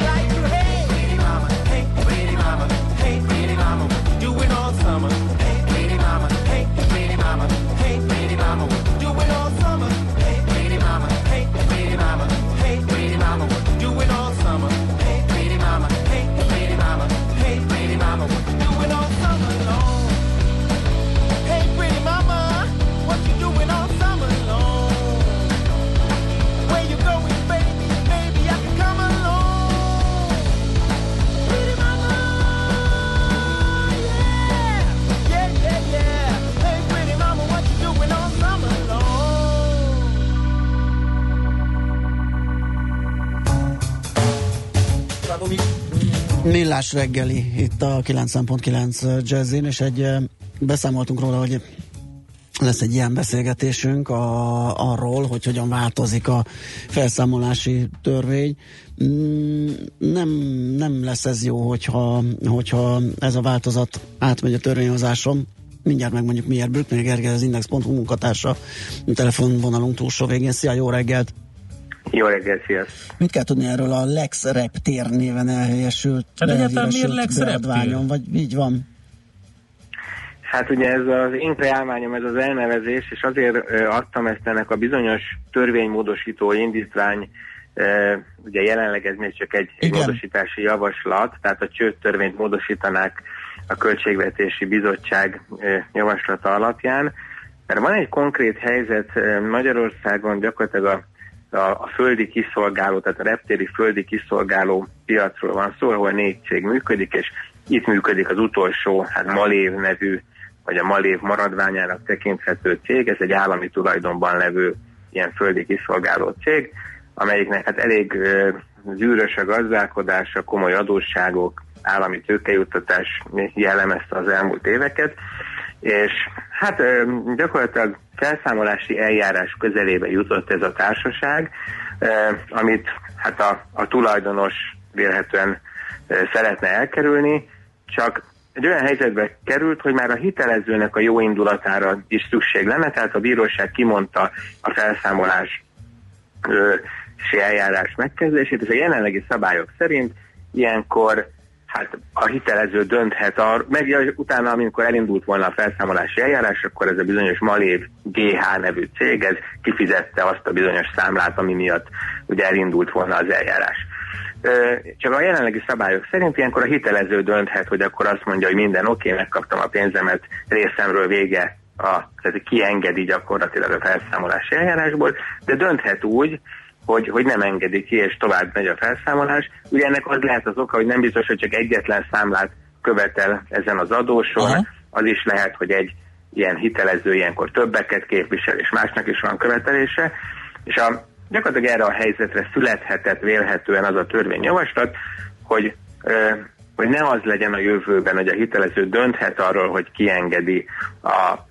Millás reggeli itt a kilenc pont kilenc Jazzin, és egy beszámoltunk róla, hogy lesz egy ilyen beszélgetésünk a, arról, hogy hogyan változik a felszámolási törvény. Nem, nem lesz ez jó, hogyha, hogyha ez a változat átmegy a törvényhozáson. Mindjárt megmondjuk miért. Brückner Gergely, az Index pont hu munkatársa, a telefonvonalunk túlsó végén. Szia, jó reggelt! Jó reggelt, sziasztok! Mit kell tudni erről a Lex Reptér néven elhelyesült beadványon, vagy így van? Hát ugye ez az én kreálmányom, ez az elnevezés, és azért ö, adtam ezt ennek a bizonyos törvénymódosító indítvány, ö, ugye jelenleg ez még csak egy, egy módosítási javaslat, tehát a csőttörvényt módosítanák a Költségvetési Bizottság ö, javaslata alapján. Mert van egy konkrét helyzet ö, Magyarországon, gyakorlatilag a A, a földi kiszolgáló, tehát a reptéri földi kiszolgáló piacról van szó, ahol négy cég működik, és itt működik az utolsó, hát Malév nevű, vagy a Malév maradványának tekinthető cég, ez egy állami tulajdonban levő ilyen földi kiszolgáló cég, amelyiknek hát elég ö, zűrös a gazdálkodása, komoly adósságok, állami tőkejuttatás jellemezte az elmúlt éveket, és hát ö, gyakorlatilag felszámolási eljárás közelébe jutott ez a társaság, eh, amit hát a, a tulajdonos vélhetően eh, szeretne elkerülni, csak egy olyan helyzetbe került, hogy már a hitelezőnek a jó indulatára is szükség lenne, tehát a bíróság kimondta a felszámolási eljárás megkezdését, és a jelenlegi szabályok szerint ilyenkor hát a hitelező dönthet arra, meg utána, amikor elindult volna a felszámolási eljárás, akkor ez a bizonyos Malév gé há nevű cég, ez kifizette azt a bizonyos számlát, ami miatt ugye elindult volna az eljárás. Csak a jelenlegi szabályok szerint ilyenkor a hitelező dönthet, hogy akkor azt mondja, hogy minden oké, okay, megkaptam a pénzemet, részemről vége, a, tehát kiengedi gyakorlatilag a felszámolási eljárásból, de dönthet úgy, Hogy, hogy nem engedi ki, és tovább megy a felszámolás. Ugye ennek az lehet az oka, hogy nem biztos, hogy csak egyetlen számlát követel ezen az adóson. Aha. Az is lehet, hogy egy ilyen hitelező ilyenkor többeket képvisel, és másnak is van követelése. És a, gyakorlatilag erre a helyzetre születhetett vélhetően az a törvényjavaslat, hogy, ö, hogy ne az legyen a jövőben, hogy a hitelező dönthet arról, hogy kiengedi a,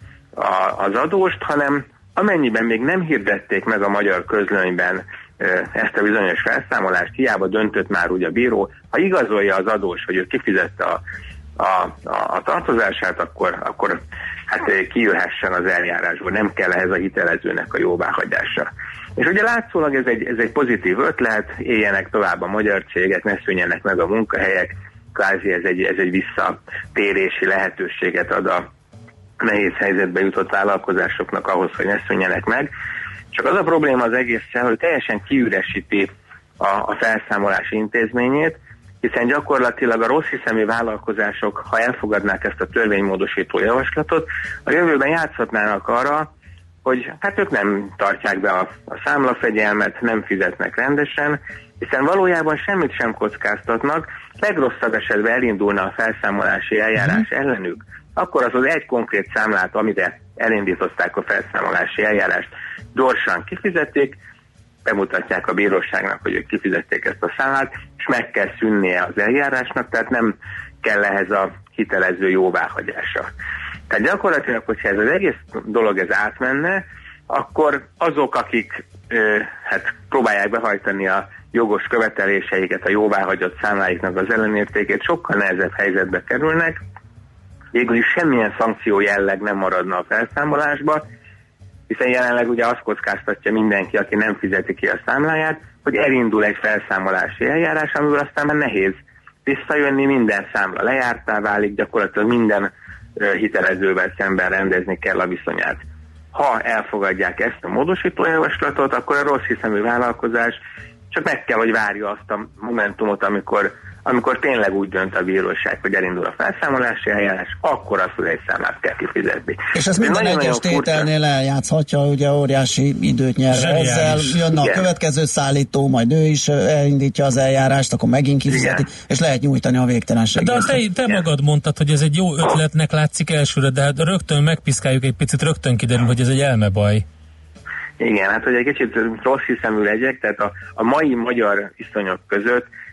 a, az adóst, hanem amennyiben még nem hirdették meg a magyar közlönyben ezt a bizonyos felszámolást, hiába döntött már úgy a bíró, ha igazolja az adós, hogy ő kifizette a, a, a, a tartozását, akkor, akkor hát kijöhessen az eljárásból, nem kell ehhez a hitelezőnek a jóváhagyása. És ugye látszólag ez egy, ez egy pozitív ötlet, éljenek tovább a magyar cégek, ne szűnjenek meg a munkahelyek, kvázi ez egy, ez egy visszatérési lehetőséget ad a nehéz helyzetbe jutott vállalkozásoknak ahhoz, hogy ne szűnjenek meg. Csak az a probléma az egésszel, hogy teljesen kiüresíti a, a felszámolási intézményét, hiszen gyakorlatilag a rossz hiszemű vállalkozások, ha elfogadnák ezt a törvénymódosító javaslatot, a jövőben játszhatnának arra, hogy hát ők nem tartják be a, a számlafegyelmet, nem fizetnek rendesen, hiszen valójában semmit sem kockáztatnak, legrosszabb esetben elindulna a felszámolási eljárás ellenük, akkor az az egy konkrét számlát, amire elindították a felszámolási eljárást, gyorsan kifizették, bemutatják a bíróságnak, hogy ők kifizették ezt a számlát, és meg kell szűnnie az eljárásnak, tehát nem kell ehhez a hitelező jóváhagyása. Tehát gyakorlatilag, hogyha ez az egész dolog ez átmenne, akkor azok, akik ö, hát próbálják behajtani a jogos követeléseiket, a jóváhagyott számláiknak az ellenértékét, sokkal nehezebb helyzetbe kerülnek, végül is semmilyen szankció jelleg nem maradna a felszámolásba, hiszen jelenleg ugye azt kockáztatja mindenki, aki nem fizeti ki a számláját, hogy elindul egy felszámolási eljárás, amiből aztán már nehéz visszajönni, minden számla lejártá válik, gyakorlatilag minden uh, hitelezővel szemben rendezni kell a viszonyát. Ha elfogadják ezt a módosító javaslatot, akkor a rossz hiszemű vállalkozás csak meg kell, hogy várja azt a momentumot, amikor amikor tényleg úgy dönt a bíróság, hogy elindul a felszámolási eljárás, akkor azt, hogy egy számlát kell kifizetni. És ezt minden egyes tételnél eljátszhatja, ugye óriási időt nyer ezzel, jönne a következő szállító, majd ő is elindítja az eljárást, akkor megint kifizeti, igen, és lehet nyújtani a végtelenséget. De azt te, te magad mondtad, hogy ez egy jó ötletnek látszik elsőre, de hát rögtön megpiszkáljuk egy picit, rögtön kiderül, hogy ez egy elmebaj. Igen, hát hogy egy kicsit rossz hiszemű legyek, tehát a, a mai magyar viszonyok között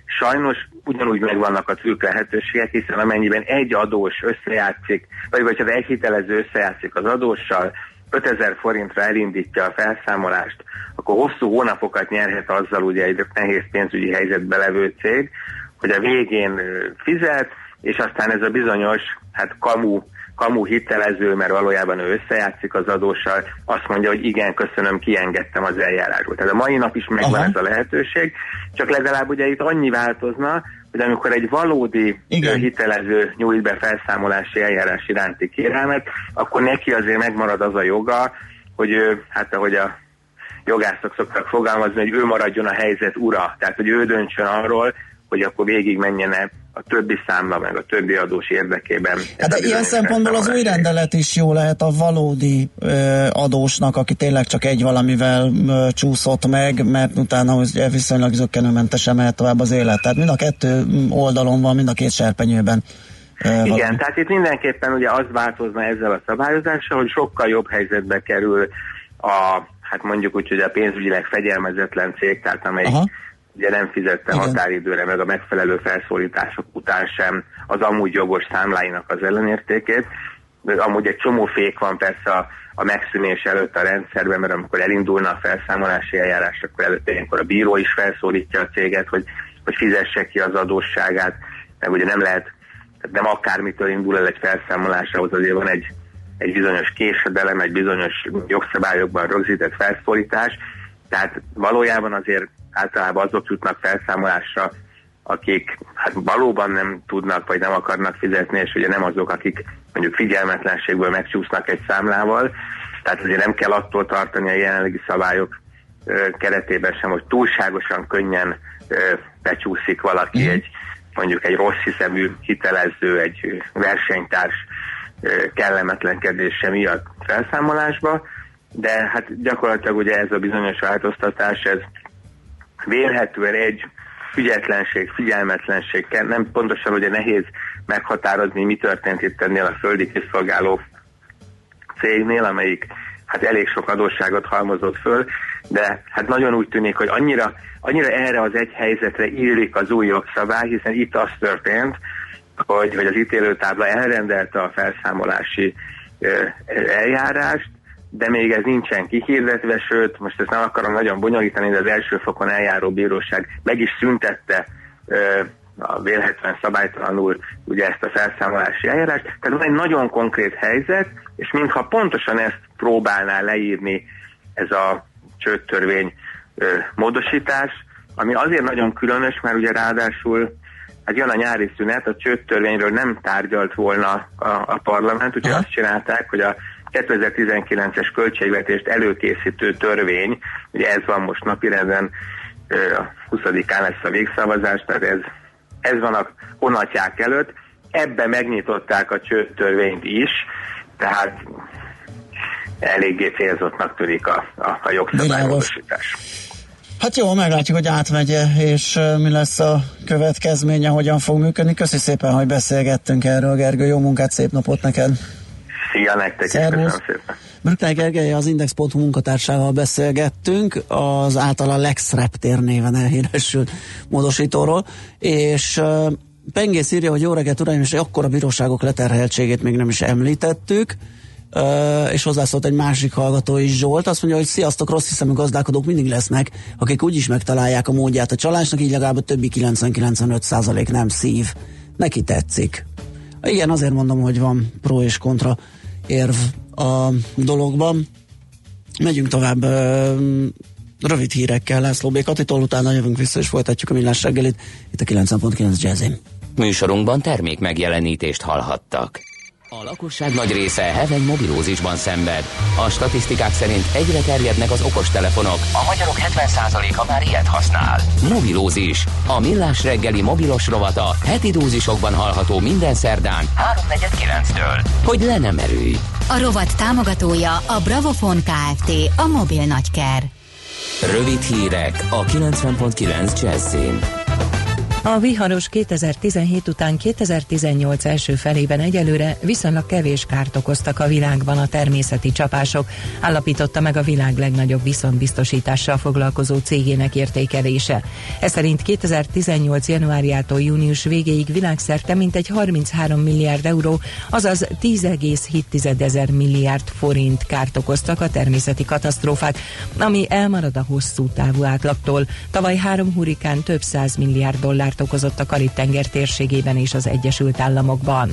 sajnos ugyanúgy megvannak a trükk lehetőségek, hiszen amennyiben egy adós összejátszik, vagy, vagy ha egy hitelező összejátszik az adóssal, ötezer forintra elindítja a felszámolást, akkor hosszú hónapokat nyerhet azzal ugye egy nehéz pénzügyi helyzetbe levő cég, hogy a végén fizet, és aztán ez a bizonyos, hát kamu, kamu hitelező, mert valójában ő összejátszik az adóssal, azt mondja, hogy igen, köszönöm, kiengedtem az eljárásból. Tehát a mai nap is megvan Aha. ez a lehetőség, csak legalább ugye itt annyi változna, hogy amikor egy valódi igen. hitelező nyújt be felszámolási eljárás iránti kérelmet, akkor neki azért megmarad az a joga, hogy ő, hát ahogy a jogászok szoktak fogalmazni, hogy ő maradjon a helyzet ura, tehát hogy ő döntsön arról, hogy akkor végig menjen a többi számla, meg a többi adós érdekében. Hát de ilyen szempontból az új rendelet is jó lehet a valódi ö, adósnak, aki tényleg csak egy valamivel ö, csúszott meg, mert utána ugye viszonylag zökkenőmentesen mehet tovább az élet. Tehát mind a kettő oldalon van, mind a két serpenyőben. Ö, Igen, valami. tehát itt mindenképpen ugye az változna ezzel a szabályozással, hogy sokkal jobb helyzetbe kerül a, hát mondjuk úgy, hogy a pénzügyileg fegyelmezetlen cég, tehát amelyik Aha. ugye nem fizette Igen. határidőre meg a megfelelő felszólítások után sem az amúgy jogos számláinak az ellenértékét. Amúgy egy csomó fék van persze a, a megszűnés előtt a rendszerben, mert amikor elindulna a felszámolási eljárás, akkor előtte ilyenkor a bíró is felszólítja a céget, hogy, hogy fizesse ki az adósságát, meg ugye nem lehet, tehát nem akármitől indul el egy felszámolás, ahhoz azért van egy, egy bizonyos késedelem, egy bizonyos jogszabályokban rögzített felszólítás, tehát valójában azért általában azok jutnak felszámolásra, akik hát valóban nem tudnak, vagy nem akarnak fizetni, és ugye nem azok, akik mondjuk figyelmetlenségből megcsúsznak egy számlával. Tehát azért nem kell attól tartani a jelenlegi szabályok ö, keretében sem, hogy túlságosan könnyen ö, becsúszik valaki mm. egy mondjuk egy rossz hiszemű hitelező, egy versenytárs ö, kellemetlenkedése miatt felszámolásba, de hát gyakorlatilag ugye ez a bizonyos változtatás, ez vélhetően egy ügyetlenség, figyelmetlenség, nem pontosan ugye nehéz meghatározni, mi történt itt ennél a földi kiszolgáló cégnél, amelyik hát elég sok adósságot halmozott föl, de hát nagyon úgy tűnik, hogy annyira, annyira erre az egy helyzetre illik az új jogszabály, hiszen itt az történt, hogy, hogy az ítélőtábla elrendelte a felszámolási uh, eljárást, de még ez nincsen kihirdetve, sőt, most ezt nem akarom nagyon bonyolítani, de az első fokon eljáró bíróság meg is szüntette ö, a vélhetően szabálytalanul ugye ezt a felszámolási eljárást. Tehát van egy nagyon konkrét helyzet, és mintha pontosan ezt próbálná leírni ez a csődtörvény ö, módosítás, ami azért nagyon különös, mert ugye ráadásul hát jön a nyári szünet, a csődtörvényről nem tárgyalt volna a, a parlament, úgyhogy azt csinálták, hogy a kétezer-tizenkilences költségvetést előkészítő törvény, ugye ez van most napirenden, a huszadikán lesz a végszavazás, tehát ez, ez van a honatják előtt, ebbe megnyitották a csődtörvényt is, tehát eléggé célzottnak tűnik a, a, a jogszabálymódosítás. Hát jó, meglátjuk, hogy átmegye, és uh, mi lesz a következménye, hogyan fog működni. Köszi szépen, hogy beszélgettünk erről, Gergő, jó munkát, szép napot neked! Szia nektek, és köszönöm szépen. Brückner Gergely, az Index pont hu munkatársával beszélgettünk, az általa LexRaptor néven elhíresült módosítóról, és uh, Pengész írja, hogy jó reggelt, uraim, és akkora bíróságok leterheltségét még nem is említettük, uh, és hozzászólt egy másik hallgató is, Zsolt, azt mondja, hogy sziasztok, rossz hiszemű gazdálkodók mindig lesznek, akik úgyis megtalálják a módját a csalásnak, így legalább a többi kilencven-kilencvenöt százalék nem szív. Neki tetszik. Igen, azért mondom, hogy van pro és kontra érv a dologban. Megyünk tovább rövid hírekkel László B. Katitól, utána jövünk vissza és folytatjuk a Millás reggelit itt a kilencven pont kilenc Jazzin. Műsorunkban termék megjelenítést hallhattak. A lakosság nagy része heveny mobilózisban szenved. A statisztikák szerint egyre terjednek az okostelefonok. A magyarok hetven százaléka már ilyet használ. Mobilózis. A Millás reggeli mobilos rovata heti dózisokban hallható minden szerdán háromnegyed kilenctől. Hogy le nem erőj. A rovat támogatója a Bravofon Kft. A mobil nagyker. Rövid hírek a kilencven pont kilenc Jazzin. A viharos kétezer-tizenhét után kétezer-tizennyolc első felében egyelőre viszonylag kevés kárt okoztak a világban a természeti csapások, állapította meg a világ legnagyobb viszontbiztosítással foglalkozó cégének értékelése. Ez szerint kétezer-tizennyolc januárjától június végéig világszerte mintegy harminchárom milliárd euró, azaz tíz egész hét ezer milliárd forint kárt okoztak a természeti katasztrófák, ami elmarad a hosszú távú átlagtól. Tavaly három hurrikán több száz milliárd dollár okozott a Karib-tenger térségében és az Egyesült Államokban.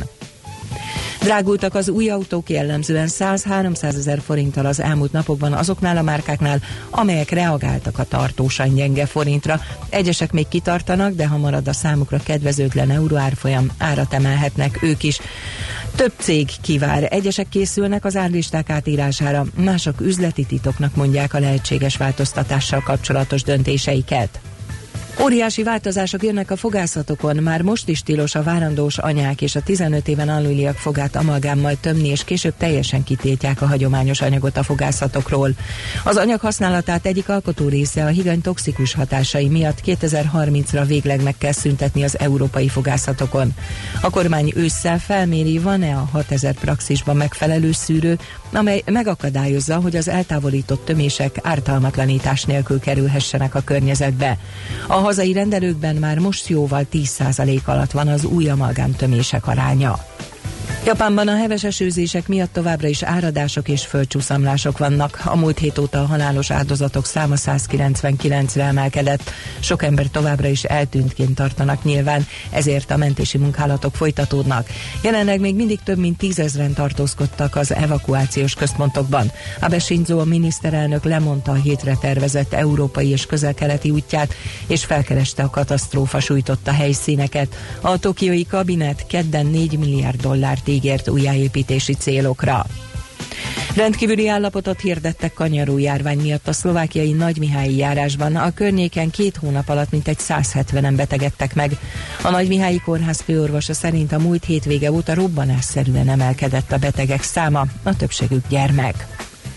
Drágultak az új autók jellemzően száz-háromszázezer forinttal az elmúlt napokban azoknál a márkáknál, amelyek reagáltak a tartósan gyenge forintra. Egyesek még kitartanak, de ha marad a számukra kedvezőtlen euróárfolyam, árat emelhetnek ők is. Több cég kivár, egyesek készülnek az árlisták átírására, mások üzleti titoknak mondják a lehetséges változtatással kapcsolatos döntéseiket. Óriási változások jönnek a fogászatokon, már most is tilos a várandós anyák és a tizenöt éven aluliak fogát amalgámmal tömni, és később teljesen kitiltják a hagyományos anyagot a fogászatokról. Az anyag használatát egyik alkotó része a higany toxikus hatásai miatt kétezer-harmincra végleg meg kell szüntetni az európai fogászatokon. A kormány ősszel felméri, van-e a hatezer praxisban megfelelő szűrő, amely megakadályozza, hogy az eltávolított tömések ártalmatlanítás nélkül kerülhessenek a környezetbe. A hazai rendelőkben már most jóval tíz százalék alatt van az új amalgám tömések aránya. Japánban a heves esőzések miatt továbbra is áradások és földcsúszamlások vannak. A múlt hét óta a halálos áldozatok száma száz kilencvenkilencre emelkedett. Sok ember továbbra is eltűntként tartanak nyilván, ezért a mentési munkálatok folytatódnak. Jelenleg még mindig több mint tízezren tartózkodtak az evakuációs központokban. Abe Shinzo, a miniszterelnök lemondta a hétre tervezett európai és közel-keleti útját, és felkereste a katasztrófa sújtotta helyszíneket. A tokiói kabinet kedden négy milliárd dollárt ígért újjáépítési célokra. Rendkívüli állapotot hirdettek kanyaró járvány miatt a szlovákiai Nagymihályi járásban. A környéken két hónap alatt mintegy száz hetvenen betegedtek meg. A Nagymihályi kórház főorvosa szerint a múlt hétvége óta robbanásszerűen emelkedett a betegek száma, a többségük gyermek.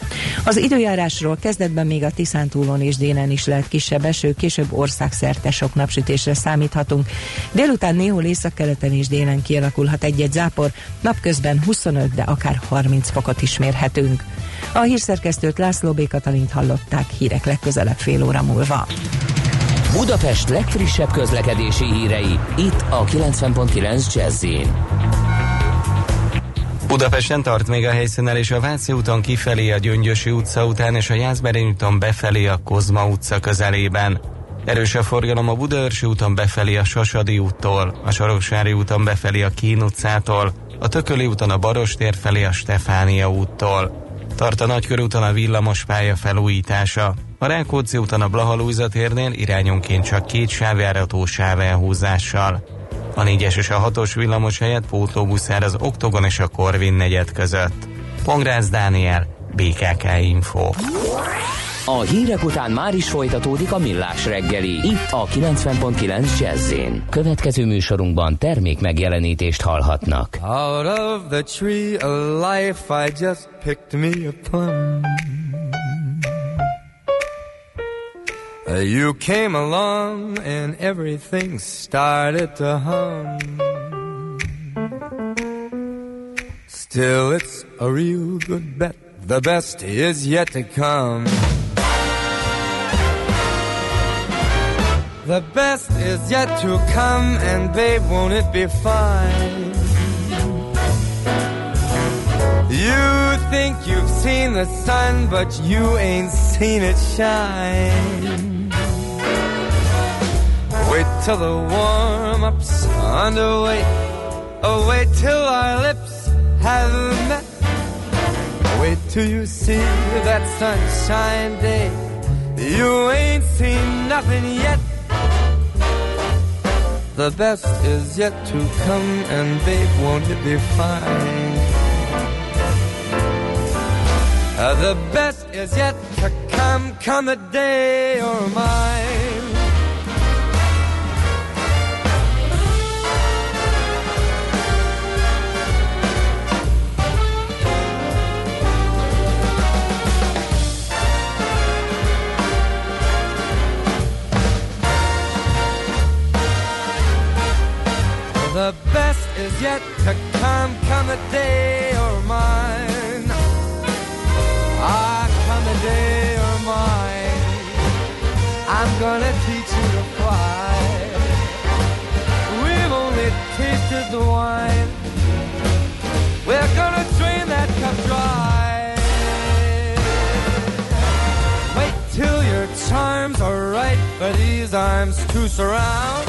Az időjárásról: kezdetben még a Tiszántúlon és délen is lehet kisebb eső, később országszerte sok napsütésre számíthatunk. Délután néhol északkeleten és délen kialakulhat egy-egy zápor, napközben huszonöt, de akár harminc fokot is mérhetünk. A hírszerkesztőt, László B. Katalint hallották, hírek legközelebb fél óra múlva. Budapest legfrissebb közlekedési hírei, itt a kilencven pont kilenc Jazz-in. Budapesten tart még a helyszínelés a Váci úton kifelé a Gyöngyösi utca után és a Jászberény úton befelé a Kozma utca közelében. Erős a forgalom a Budaörsi úton befelé a Sasadi úttól, a Soroksári úton befelé a Kín utcától, a Tököli úton a Barostér felé a Stefánia úttól. Tart a Nagykörúton a villamospálya felújítása. A Rákóczi úton a Blaha-Lujza térnél irányonként csak két sávjárató sávelhúzással. A négyes és a hatos villamos helyett pótlóbusz jár az Oktogon és a Korvin negyed között. Pongrácz Dániel, bé ká ká Info. A hírek után már is folytatódik a Millás reggeli, itt a kilencven pont kilenc Jazz-in. Következő műsorunkban termék megjelenítést hallhatnak. Out of the tree of life I just picked me a plum. You came along and everything started to hum. Still it's a real good bet, the best is yet to come. The best is yet to come, and babe, won't it be fine? You think you've seen the sun, but you ain't seen it shine. Wait till the warm-up's underway. Oh, wait till our lips have met. Wait till you see that sunshine day. You ain't seen nothing yet. The best is yet to come, and babe, won't it be fine? Uh, the best is yet to come, come the day you're mine. yet to come, come the day you're mine. Ah, come the day you're mine. I'm gonna teach you to fly. We've only tasted the wine. We're gonna drain that cup dry. Wait till your charms are right for these arms to surround.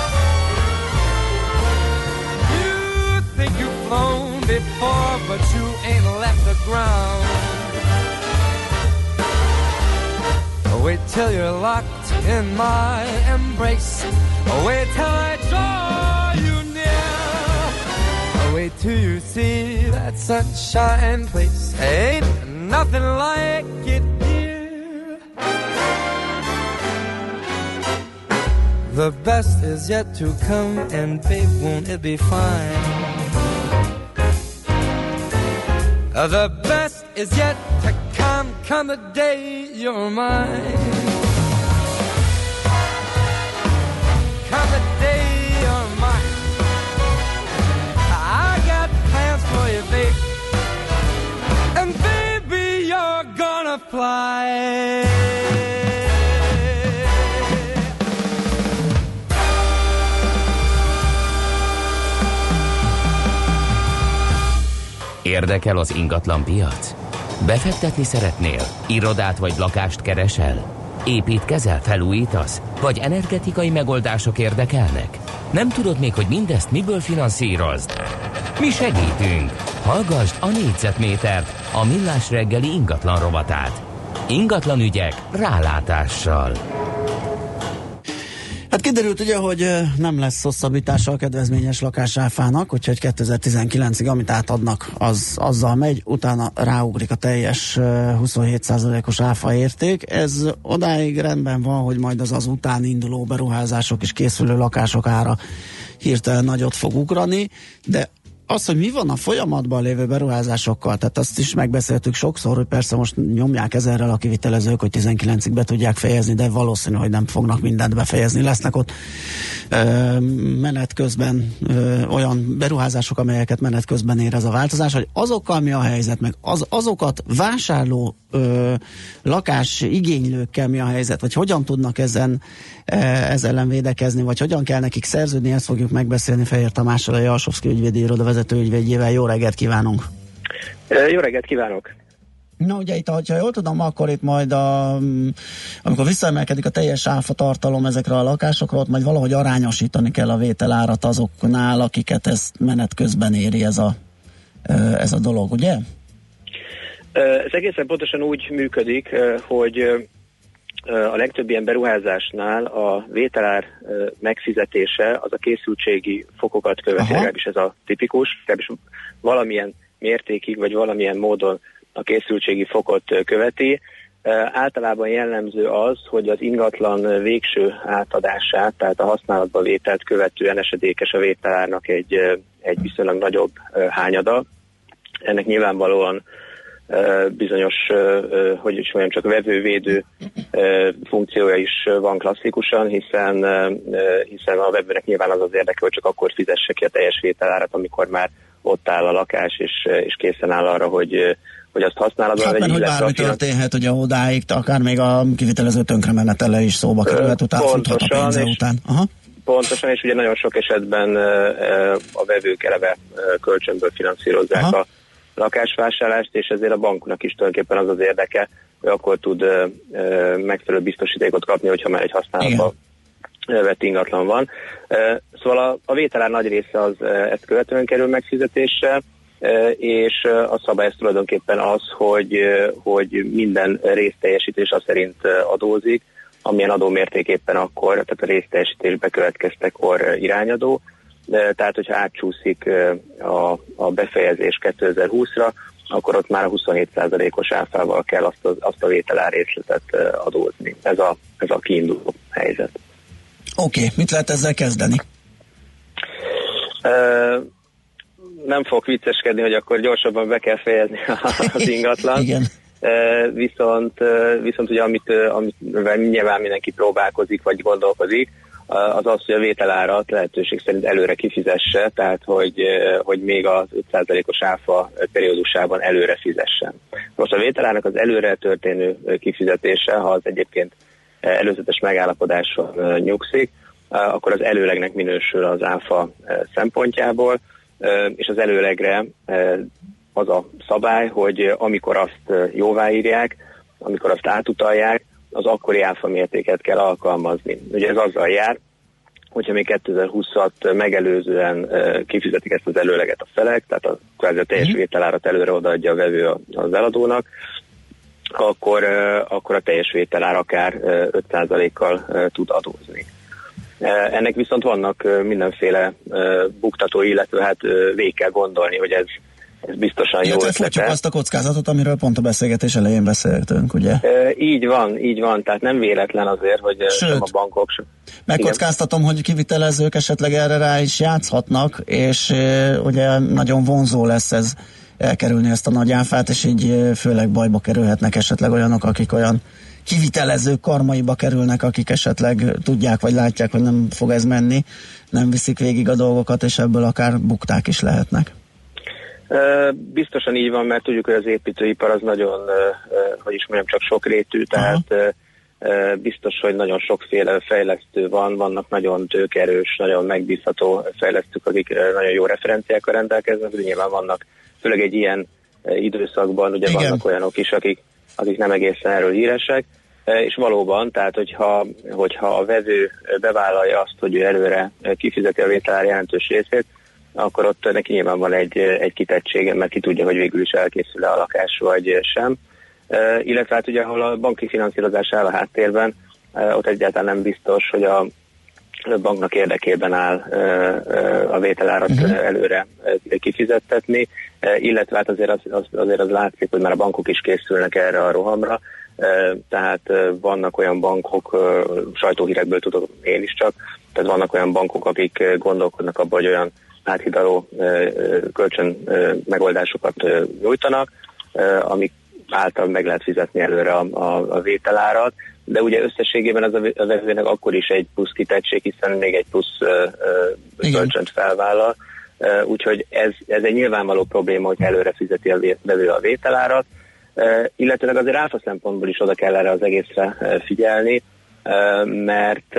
You think you've flown before, but you ain't left the ground. Wait till you're locked in my embrace. Wait till I draw you near. Wait till you see that sunshine place. Ain't nothing like it here. The best is yet to come, and babe, won't it be fine? The best is yet to come, come the day you're mine. Come the day you're mine. I got plans for you, babe. And baby, you're gonna fly. Érdekel az ingatlan piac? Befektetni szeretnél? Irodát vagy lakást keresel? Építkezel, felújítasz? Vagy energetikai megoldások érdekelnek? Nem tudod még, hogy mindezt miből finanszírozd? Mi segítünk! Hallgasd a négyzetmétert, a Millás reggeli ingatlan rovatát. Ingatlan ügyek rálátással. Hát kiderült ugye, hogy nem lesz hosszabbítása a kedvezményes lakásáfának, úgyhogy kétezer-tizenkilencig, amit átadnak, az azzal megy, utána ráugrik a teljes huszonhét százalékos áfa érték. Ez odáig rendben van, hogy majd az az után induló beruházások és készülő lakások ára hirtelen nagyot fog ugrani, de az, hogy mi van a folyamatban lévő beruházásokkal, tehát azt is megbeszéltük sokszor, hogy persze most nyomják ezerrel a kivitelezők, hogy tizenkilencig be tudják fejezni, de valószínű, hogy nem fognak mindent befejezni. Lesznek ott ö, menet közben ö, olyan beruházások, amelyeket menet közben ér ez a változás, hogy azokkal mi a helyzet, meg az, azokat vásárló ö, lakás igénylőkkel mi a helyzet, vagy hogyan tudnak ezen ez ellen védekezni, vagy hogyan kell nekik szerződni, ezt fogjuk megbeszélni Fehér Tamással, a Jalsovszky ügyvédi iroda vezető ügyvédjével. Jó reggelt kívánunk! Jó reggelt kívánok! Na ugye itt, ha jól tudom, akkor itt majd a, amikor visszaemelkedik a teljes áfa tartalom ezekre a lakásokra, ott majd valahogy arányosítani kell a vételárat azoknál, akiket ez menet közben éri ez a, ez a dolog, ugye? Ez egészen pontosan úgy működik, hogy a legtöbb ilyen beruházásnál a vételár megfizetése az a készültségi fokokat követi, legalábbis ez a tipikus, legalábbis valamilyen mértékig, vagy valamilyen módon a készültségi fokot követi. Általában jellemző az, hogy az ingatlan végső átadását, tehát a használatba vételt követően esedékes a vételárnak egy, egy viszonylag nagyobb hányada. Ennek nyilvánvalóan bizonyos, hogy is mondjam, csak vevővédő funkciója is van klasszikusan, hiszen, hiszen a vevőnek nyilván az az érdeke, hogy csak akkor fizesse ki a teljes vételárat, amikor már ott áll a lakás, és, és készen áll arra, hogy, hogy azt használatban hát, vegye. Hát, hogy bármi történhet, ugye odáig, akár még a kivitelező tönkremenetele is szóba kerülhet, utána futhat a pénze után. Aha. Pontosan, és ugye nagyon sok esetben a vevők eleve kölcsönből finanszírozzák Aha. a lakásvásárlást, és ezért a banknak is tulajdonképpen az az érdeke, hogy akkor tud ö, ö, megfelelő biztosítékot kapni, hogyha már egy használatban vett ingatlan van. Ö, szóval a, a vételár nagy része az ö, ezt követően kerül megfizetésre, ö, és ö, a szabály ez tulajdonképpen az, hogy, ö, hogy minden részteljesítés az szerint ö, adózik, amilyen adómérték éppen akkor, tehát a részteljesítés bekövetkeztekor irányadó. De, tehát, hogyha átcsúszik a, a befejezés kétezer-húszra, akkor ott már a huszonhét százalékos áfával kell azt a, azt a vételár részletet adózni. Ez a, ez a kiinduló helyzet. Oké, okay. Mit lehet ezzel kezdeni? Uh, nem fogok vicceskedni, hogy akkor gyorsabban be kell fejezni az ingatlan. Igen. Uh, viszont, uh, viszont ugye amit, amit nyilván mindenki próbálkozik, vagy gondolkozik, az az, hogy a vételárat lehetőség szerint előre kifizesse, tehát hogy, hogy még az öt százalékos áfa periódusában előre fizessen. Most a vételárak az előre történő kifizetése, ha az egyébként előzetes megállapodáson nyugszik, akkor az előlegnek minősül az áfa szempontjából, és az előlegre az a szabály, hogy amikor azt jóváírják, amikor azt átutalják, az akkori áfa mértéket kell alkalmazni. Ugye ez azzal jár, hogyha még kétezer-húszat megelőzően kifizetik ezt az előleget a felek, tehát a, kvázi a teljes vételárat előre odaadja a vevő az eladónak, akkor, akkor a teljes vételár akár öt százalékkal tud adózni. Ennek viszont vannak mindenféle buktatói, illetve hát végig kell gondolni, hogy ez, ez biztosan jó ötlete. Csak azt a kockázatot, amiről pont a beszélgetés elején beszéltünk, ugye? Így van, így van, tehát nem véletlen azért, hogy Sőt, sem a bankok sem. Megkockáztatom, igen, hogy kivitelezők esetleg erre rá is játszhatnak, és e, ugye nagyon vonzó lesz ez elkerülni ezt a nagy áfát, és így e, főleg bajba kerülhetnek esetleg olyanok, akik olyan kivitelezők karmaiba kerülnek, akik esetleg tudják, vagy látják, hogy nem fog ez menni, nem viszik végig a dolgokat, és ebből akár bukták is lehetnek. Biztosan így van, mert tudjuk, hogy az építőipar az nagyon, hogy is mondjam, csak sokrétű, tehát Aha. biztos, hogy nagyon sokféle fejlesztő van, vannak nagyon tőkerős, nagyon megbízható fejlesztők, akik nagyon jó referenciákkal rendelkeznek, de nyilván vannak, főleg egy ilyen időszakban, ugye Igen. vannak olyanok is, akik, akik nem egészen erről híresek, és valóban, tehát hogyha, hogyha a vevő bevállalja azt, hogy ő előre kifizeti a vételár jelentős részét, akkor ott neki nyilván van egy, egy kitettsége, mert ki tudja, hogy végül is elkészül-e a lakás, vagy sem. E, illetve hát ugye, ahol a banki finanszírozás áll a háttérben, e, ott egyáltalán nem biztos, hogy a banknak érdekében áll e, a vételárat uh-huh. előre kifizettetni, e, illetve hát azért az, az, azért az látszik, hogy már a bankok is készülnek erre a rohamra, e, tehát vannak olyan bankok, sajtóhírekből tudok én is csak, tehát vannak olyan bankok, akik gondolkodnak abban, hogy olyan áthidaló kölcsön megoldásokat nyújtanak, amik által meg lehet fizetni előre a, a, a vételárat, de ugye összességében az a vevőnek akkor is egy plusz kitettség, hiszen még egy plusz kölcsönt felvállal, úgyhogy ez, ez egy nyilvánvaló probléma, hogy előre fizeti a vevő a vételárat, illetve azért áfa szempontból is oda kell erre az egészre figyelni, mert,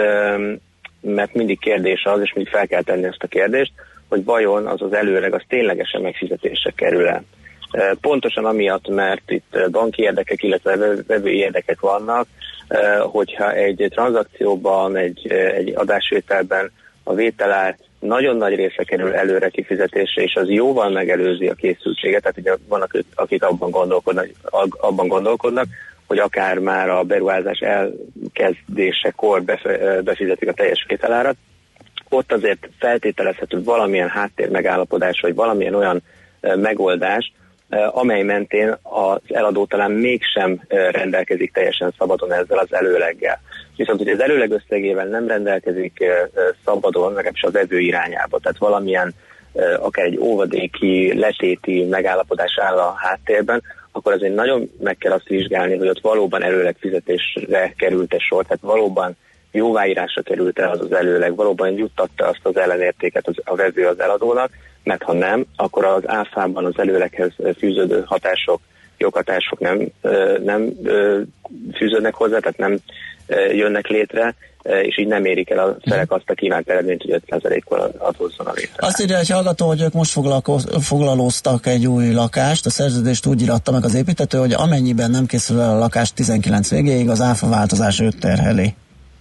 mert mindig kérdés az, és mindig fel kell tenni ezt a kérdést, hogy vajon az az előleg az ténylegesen megfizetésre kerül-e. Pontosan amiatt, mert itt banki érdekek, illetve vevői érdekek vannak, hogyha egy tranzakcióban, egy, egy adásvételben a vételár nagyon nagy része kerül előre kifizetésre, és az jóval megelőzi a készültséget, tehát ugye vannak, akik abban gondolkodnak, abban gondolkodnak, hogy akár már a beruházás elkezdésekor befizetik a teljes vételárat, ott azért feltételezhető valamilyen háttér megállapodás, vagy valamilyen olyan megoldás, amely mentén az eladó talán mégsem rendelkezik teljesen szabadon ezzel az előleggel. Viszont, hogy az előleg összegével nem rendelkezik szabadon, legalábbis az vevő irányába, tehát valamilyen akár egy óvadéki, letéti megállapodás áll a háttérben, akkor azért nagyon meg kell azt vizsgálni, hogy ott valóban előleg fizetésre került-e sor, tehát valóban jóváírásra került-e az az előleg, valóban juttatta azt az ellenértéket az, a vevő az eladónak, mert ha nem, akkor az áfában az előleghez fűződő hatások, joghatások nem, nem fűződnek hozzá, tehát nem jönnek létre, és így nem érik el a felek azt a kívánt eredményt, hogy öt százalékkal adózzon a vétel. Azt írja egy hallgató, hogy ők most foglalóztak egy új lakást, a szerződést úgy íratta meg az építető, hogy amennyiben nem készül el a lakás tizenkilenc végéig, az áfa változás őt terheli.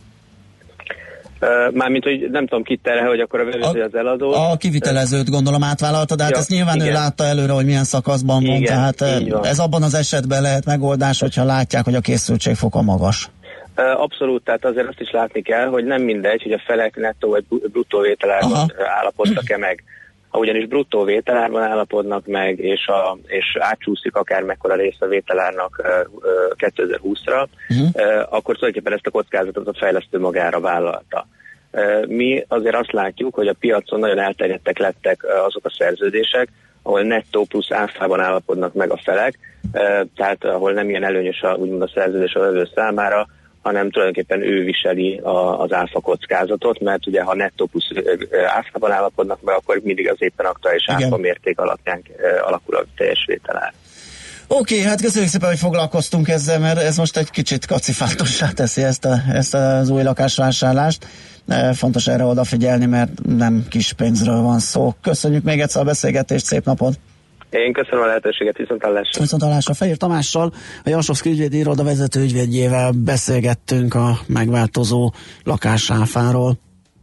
Mármint, hogy nem tudom, kit terhel, hogy akkor a vevő az eladó. A kivitelezőt gondolom átvállalta, de hát ja, ezt nyilván igen. ő látta előre, hogy milyen szakaszban igen, van, tehát ez abban az esetben lehet megoldás, hogyha látják, hogy a készültségfoka magas. Abszolút, tehát azért azt is látni kell, hogy nem mindegy, hogy a felek nettó vagy bruttó vételárban állapodtak-e meg. Ha ugyanis bruttó vételárban állapodnak meg, és, a, és átcsúszik akár mekkora rész a vételárnak kétezer-húszra, uh-huh. akkor tulajdonképpen ezt a kockázatot a fejlesztő magára vállalta. Mi azért azt látjuk, hogy a piacon nagyon elterjedtek lettek azok a szerződések, ahol nettó plusz áfában állapodnak meg a felek, tehát ahol nem ilyen előnyös a, úgymond a szerződés a vevő számára, hanem tulajdonképpen ő viseli a, az áfa kockázatot, mert ugye ha nettó plusz áfában állapodnak be, akkor mindig az éppen aktuális áfa mérték alapján alakul a teljes vételár. Oké, okay, hát köszönjük szépen, hogy foglalkoztunk ezzel, mert ez most egy kicsit kacifántossá teszi ezt, a, ezt az új lakásvásárlást. Fontos erre odafigyelni, mert nem kis pénzről van szó. Köszönjük még egyszer a beszélgetést, szép napot! Én köszönöm a lehetőséget, viszontlátásra. Viszontlátásra. Fehér Tamással, a Jansovszky ügyvédi iroda vezető ügyvédjével beszélgettünk a megváltozó lakásáfáról.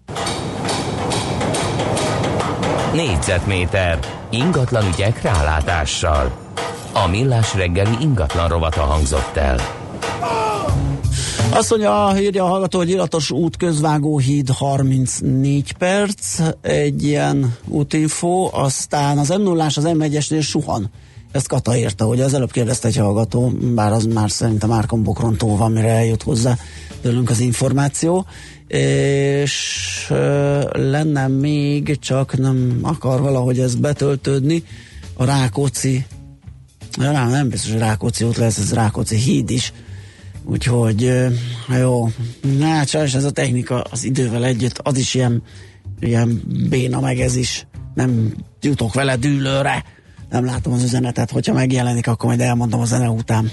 Négyzetméter ingatlan ügyek rálátással. A Millás reggeli ingatlan rovata hangzott el. Azt mondja, írja a hallgató, hogy illatos út, közvágó híd harmincnégy perc, egy ilyen útinfo, aztán az em nullás az em egyesnél suhan. Ezt Kata írta, hogy az előbb kérdezte egy hallgató, bár az már szerintem Árkon Bokron túl van, mire eljut hozzá tőlünk az információ, és euh, lenne még, csak nem akar valahogy ez betöltődni, a Rákóczi, ja, nem biztos, hogy Rákóczi út lesz, ez Rákóczi híd is, úgyhogy jó, hát sajnos ez a technika az idővel együtt, az is ilyen, ilyen béna, meg ez is, nem jutok vele dűlőre, nem látom az üzenetet, hogyha megjelenik, akkor majd elmondom a zene után.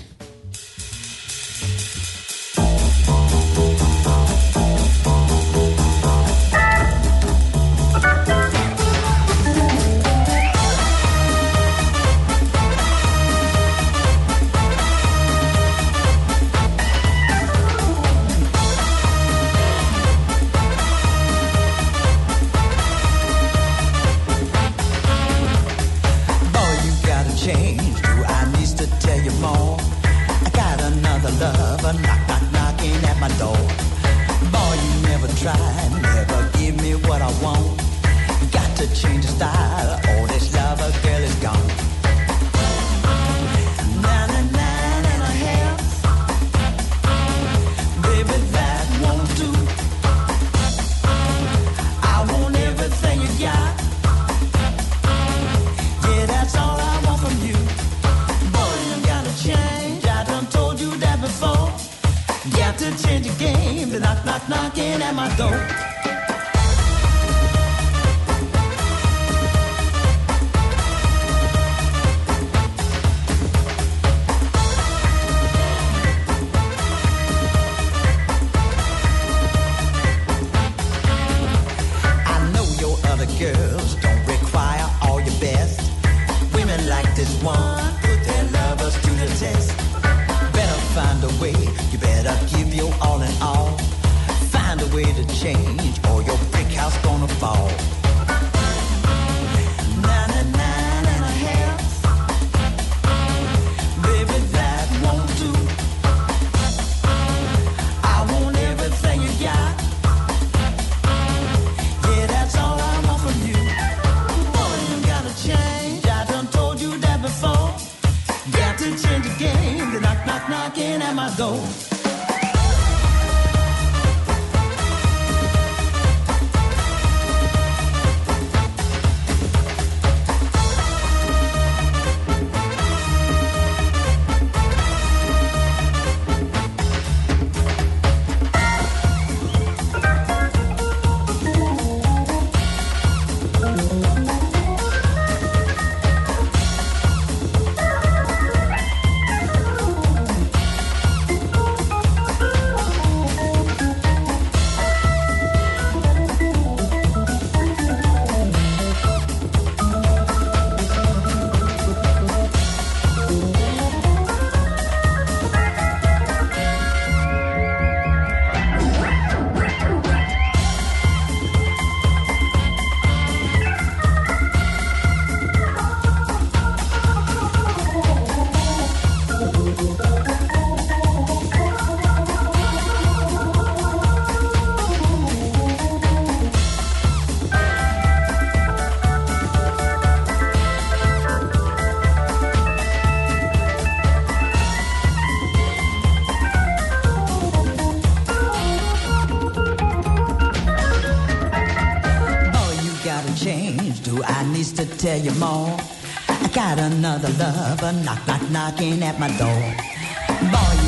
Tell you more. I got another lover knock, knock, knocking at my door. Boy, you never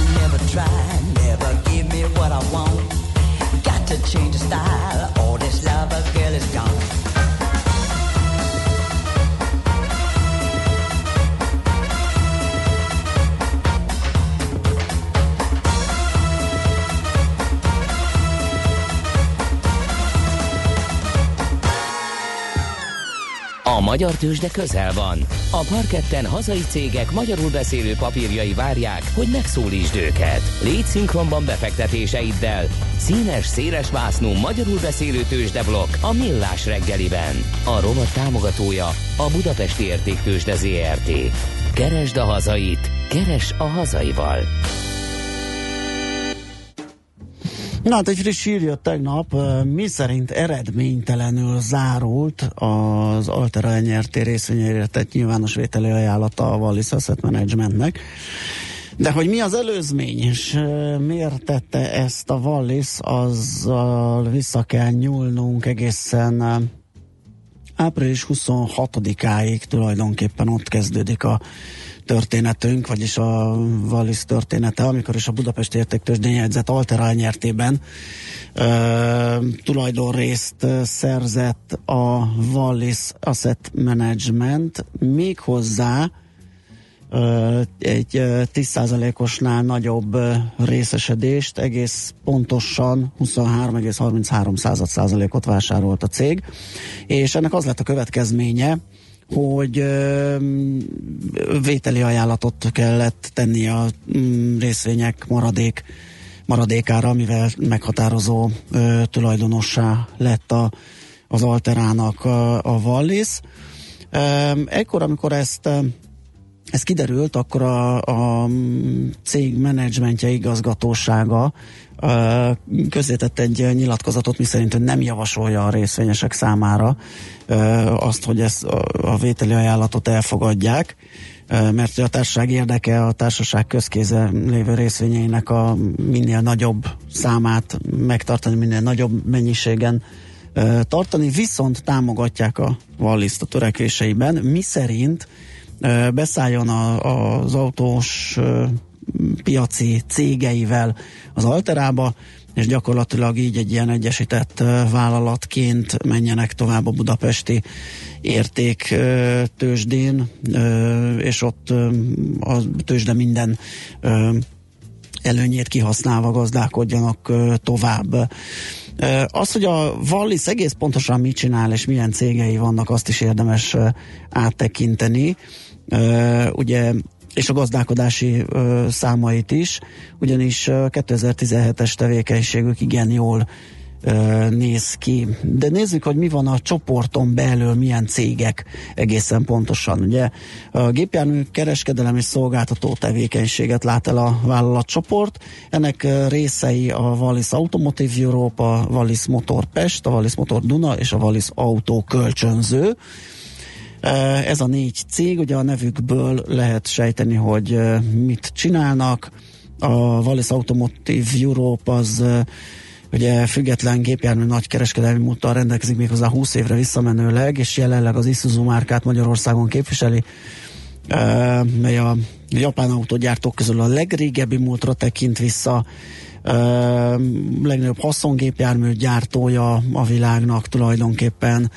try, never give me what I want. Got to change the style, all this lover girl is gone. A magyar tőzsde közel van. A parketten hazai cégek magyarul beszélő papírjai várják, hogy megszólítsd őket. Légy szinkronban befektetéseiddel. Színes, széles vásznú magyarul beszélő tőzsdeblokk a Millás reggeliben. A rovat támogatója a Budapesti Értéktőzsde zé er té. Keresd a hazait, keresd a hazaival. Na hát egy friss hír jött tegnap, mi szerint eredménytelenül zárult az Altera en er té részvényeire tett nyilvános vételi ajánlata a Wallis Asset Managementnek. De hogy mi az előzmény, és miért tette ezt a Wallis, azzal vissza kell nyúlnunk egészen április huszonhatodikáig, tulajdonképpen ott kezdődik a történetünk, vagyis a Wallis története, amikor is a Budapesti Értéktőzsdén jegyzett Altera en er té-ben tulajdonrészt szerzett a Wallis Asset Management, méghozzá ö, egy tíz százalékosnál nagyobb ö, részesedést, egész pontosan huszonhárom egész harminchárom százalékot vásárolt a cég, és ennek az lett a következménye, hogy ö, vételi ajánlatot kellett tenni a mm, részvények maradék, maradékára, mivel meghatározó ö, tulajdonossá lett a, az Alterának a, a Wallis. Ö, ekkor, amikor ezt, ez kiderült, akkor a, a cég menedzsmentje, igazgatósága közzétett egy nyilatkozatot, miszerint nem javasolja a részvényesek számára azt, hogy ezt a vételi ajánlatot elfogadják, mert a társaság érdeke a társaság közkézben lévő részvényeinek a minél nagyobb számát megtartani, minél nagyobb mennyiségen tartani, viszont támogatják a Wallis-t a törekvéseiben, miszerint beszálljon a, az autós piaci cégeivel az Alterába, és gyakorlatilag így egy ilyen egyesített vállalatként menjenek tovább a budapesti értéktőzsdén, és ott a tőzsde minden előnyét kihasználva gazdálkodjanak tovább. Az, hogy a Wallis egész pontosan mit csinál, és milyen cégei vannak, azt is érdemes áttekinteni. Ugye és a gazdálkodási ö, számait is, ugyanis ö, kétezer-tizenhetes tevékenységük igen jól ö, néz ki. De nézzük, hogy mi van a csoporton belül, milyen cégek egészen pontosan. Ugye a gépjármű kereskedelem és szolgáltató tevékenységet lát el a vállalatcsoport. Ennek ö, részei a Wallis Automotive Europe, a Wallis Motor Pest, a Wallis Motor Duna és a Wallis Autó Kölcsönző. Ez a négy cég, ugye a nevükből lehet sejteni, hogy mit csinálnak. A Wallis Automotive Europe az ugye független gépjármű nagykereskedelmi múlttal rendelkezik, méghozzá húsz évre visszamenőleg, és jelenleg az Isuzu márkát Magyarországon képviseli, mely a japán autógyártók közül a legrégebbi múltra tekint vissza, legnagyobb haszongépjármű gyártója a világnak tulajdonképpen.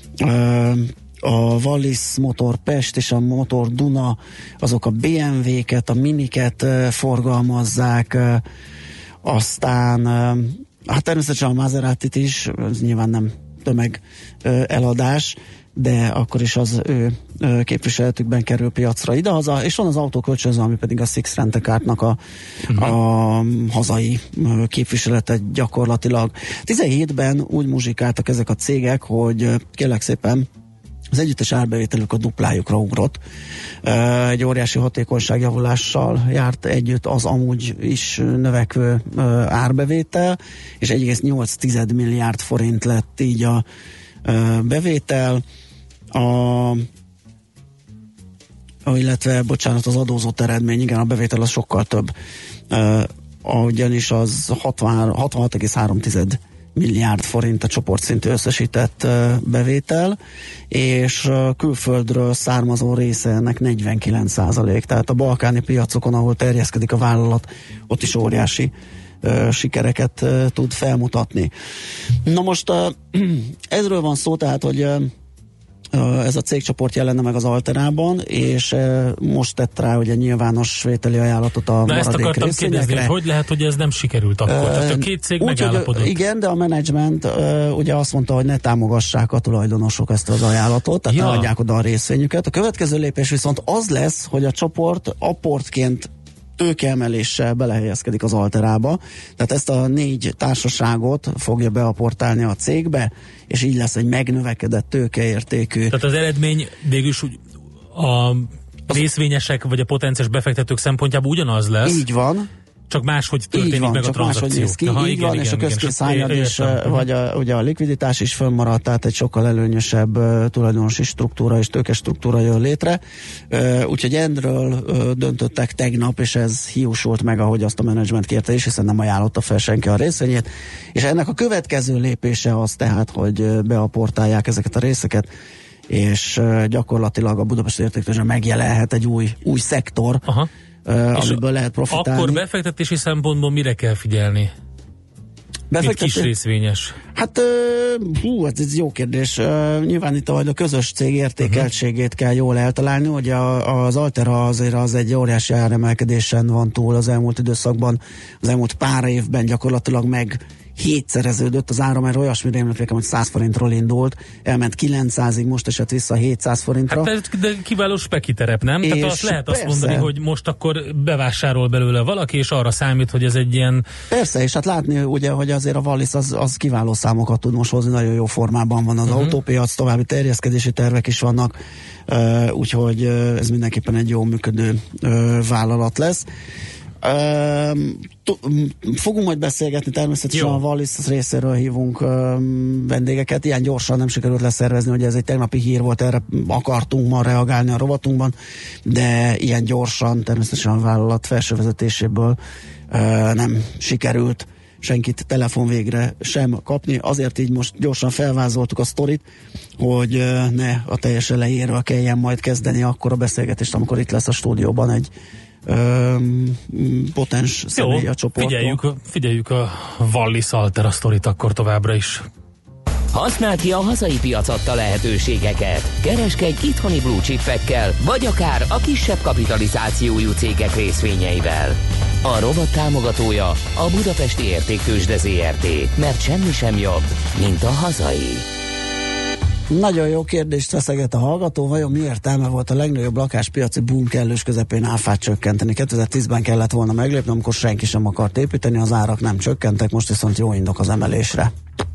A Wallis Motor Pest és a Motor Duna, azok a bé em vé-ket, a miniket uh, forgalmazzák, uh, aztán uh, hát természetesen a Maseratit is, ez nyilván nem tömeg uh, eladás, de akkor is az ő uh, képviseletükben kerül piacra idehaza, és van az autókölcsönző, ami pedig a Six Rent-A-Car-nak a, uh-huh. a hazai uh, képviselete gyakorlatilag. tizenhétben úgy muzsikáltak ezek a cégek, hogy uh, kérlek szépen az együttes árbevételük a duplájukra ugrott. Egy óriási hatékonyságjavulással járt együtt az amúgy is növekvő árbevétel, és egy egész nyolc tized milliárd forint lett így a bevétel. A illetve, bocsánat, az adózott eredmény, igen, a bevétel az sokkal több. Ugyanis az hatvanhat egész három tized milliárd forint a csoportszintű összesített bevétel, és külföldről származó része ennek negyvenkilenc százalék, tehát a balkáni piacokon, ahol terjeszkedik a vállalat, ott is óriási uh, sikereket uh, tud felmutatni. Na most uh, ezről van szó, tehát, hogy uh, ez a cégcsoport jelenne meg az Alterában, és most tett rá ugye nyilvános vételi ajánlatot a Na maradék ezt akartam részvényekre. kérdezni, hogy lehet, hogy ez nem sikerült akkor? Uh, Tehát a két cég úgy, megállapodott. Igen, de a menedzsment uh, ugye azt mondta, hogy ne támogassák a tulajdonosok ezt az ajánlatot, tehát ja. ne adják oda a részvényüket. A következő lépés viszont az lesz, hogy a csoport apportként tőkeemeléssel belehelyezkedik az Alterába, tehát ezt a négy társaságot fogja beaportálni a cégbe, és így lesz egy megnövekedett tőkeértékű. Tehát az eredmény végülis úgy a részvényesek vagy a potenciális befektetők szempontjából ugyanaz lesz. Így van. Csak máshogy történik így van, meg a csak tranzakció. Ki. Aha, így igen, van, igen, és a igen, közkészányad is, értem. vagy a, ugye a likviditás is fönnmaradt, tehát egy sokkal előnyösebb uh, tulajdonosi struktúra és tőke struktúra jön létre. Uh, úgyhogy erről uh, döntöttek tegnap, és ez hiúsult meg, ahogy azt a menedzsment kérte is, hiszen nem ajánlotta fel senki a részvényét. És ennek a következő lépése az tehát, hogy uh, beaportálják ezeket a részeket, és uh, gyakorlatilag a Budapesti Értéktőzsdén megjelenhet egy új, új szektor, Aha. Uh, amiből lehet profitálni. Akkor befektetési szempontból mire kell figyelni? Befektetés? Mint kis részvényes. Hát, uh, hú, ez egy jó kérdés. Uh, nyilván itt a közös cég értékeltségét uh-huh. kell jól eltalálni, hogy a, az Altera azért az egy óriási áremelkedésen van túl az elmúlt időszakban, az elmúlt pár évben gyakorlatilag meg hétszereződött az ára, mert olyasmire emlékszem, hogy száz forintról indult, elment kilencszázig, most esett vissza hétszáz forintra. Hát ez de kiváló spekiterep, nem? Tehát azt lehet persze. azt mondani, hogy most akkor bevásárol belőle valaki, és arra számít, hogy ez egy ilyen... Persze, és hát látni ugye, hogy azért a Wallis az, az kiváló számokat tud most hozni, nagyon jó formában van az uh-huh. autópiac, további terjeszkedési tervek is vannak, uh, úgyhogy uh, ez mindenképpen egy jó működő uh, vállalat lesz. Uh, t- fogunk majd beszélgetni, természetesen Jó. a Wallis részéről hívunk uh, vendégeket, ilyen gyorsan nem sikerült leszervezni, hogy ez egy tegnapi hír volt, erre akartunk ma reagálni a rovatunkban, de ilyen gyorsan természetesen a vállalat felső vezetéséből uh, nem sikerült senkit telefon végre sem kapni, azért így most gyorsan felvázoltuk a sztorit, hogy uh, ne a teljes elejéről kelljen majd kezdeni akkor a beszélgetést, amikor itt lesz a stúdióban egy Um, potens személy a csoportban. Figyeljük, figyeljük a Wallis Altera sztorit akkor továbbra is. Használd ki a hazai piac adta lehetőségeket. Kereskedj itthoni blue chipekkel, vagy akár a kisebb kapitalizációjú cégek részvényeivel. A rovat támogatója a Budapesti Értéktőzsde zé er té, mert semmi sem jobb, mint a hazai. Nagyon jó kérdést feszeget a hallgató, vajon mi értelme volt a legnagyobb lakáspiaci boom kellős közepén áfát csökkenteni? kétezer-tízben kellett volna meglépni, amikor senki sem akart építeni, az árak nem csökkentek, most viszont jó indok az emelésre.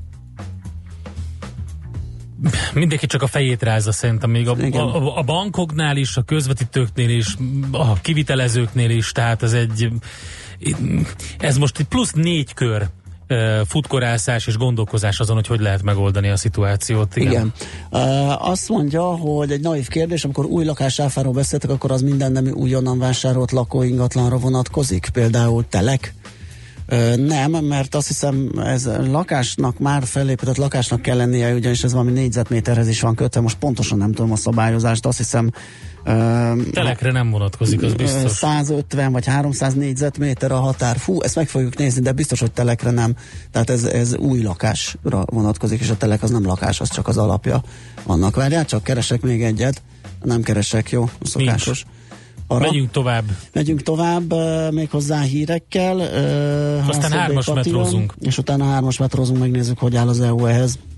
Mindenki csak a fejét rázza szerintem, még a, a, a bankoknál is, a közvetítőknél is, a kivitelezőknél is, tehát ez egy ez most egy plusz négy kör futkorászás és gondolkozás azon, hogy hogy lehet megoldani a szituációt. Igen. Igen. Uh, azt mondja, hogy egy naív kérdés, amikor új lakásáfáról beszéltek, akkor az minden nemű újonnan vásárolt lakóingatlanra vonatkozik, például telek? Uh, nem, mert azt hiszem, ez lakásnak, már felépített lakásnak kell lennie, ugyanis ez valami négyzetméterhez is van kötve, most pontosan nem tudom a szabályozást, azt hiszem Uh, Telekre nem vonatkozik, az biztos. száz ötven vagy háromszáz négyzetméter a határ. Fú, ezt meg fogjuk nézni, de biztos, hogy telekre nem. Tehát ez, ez új lakásra vonatkozik, és a telek az nem lakás, az csak az alapja annak. Várjál, csak keresek még egyet. Nem keresek, jó? Szokásos. Arra. Megyünk tovább. Megyünk tovább, uh, még hozzá hírekkel. Uh, Aztán hármas metrózunk. És utána hármas metrózunk, megnézzük, hogy áll az é u ehhez.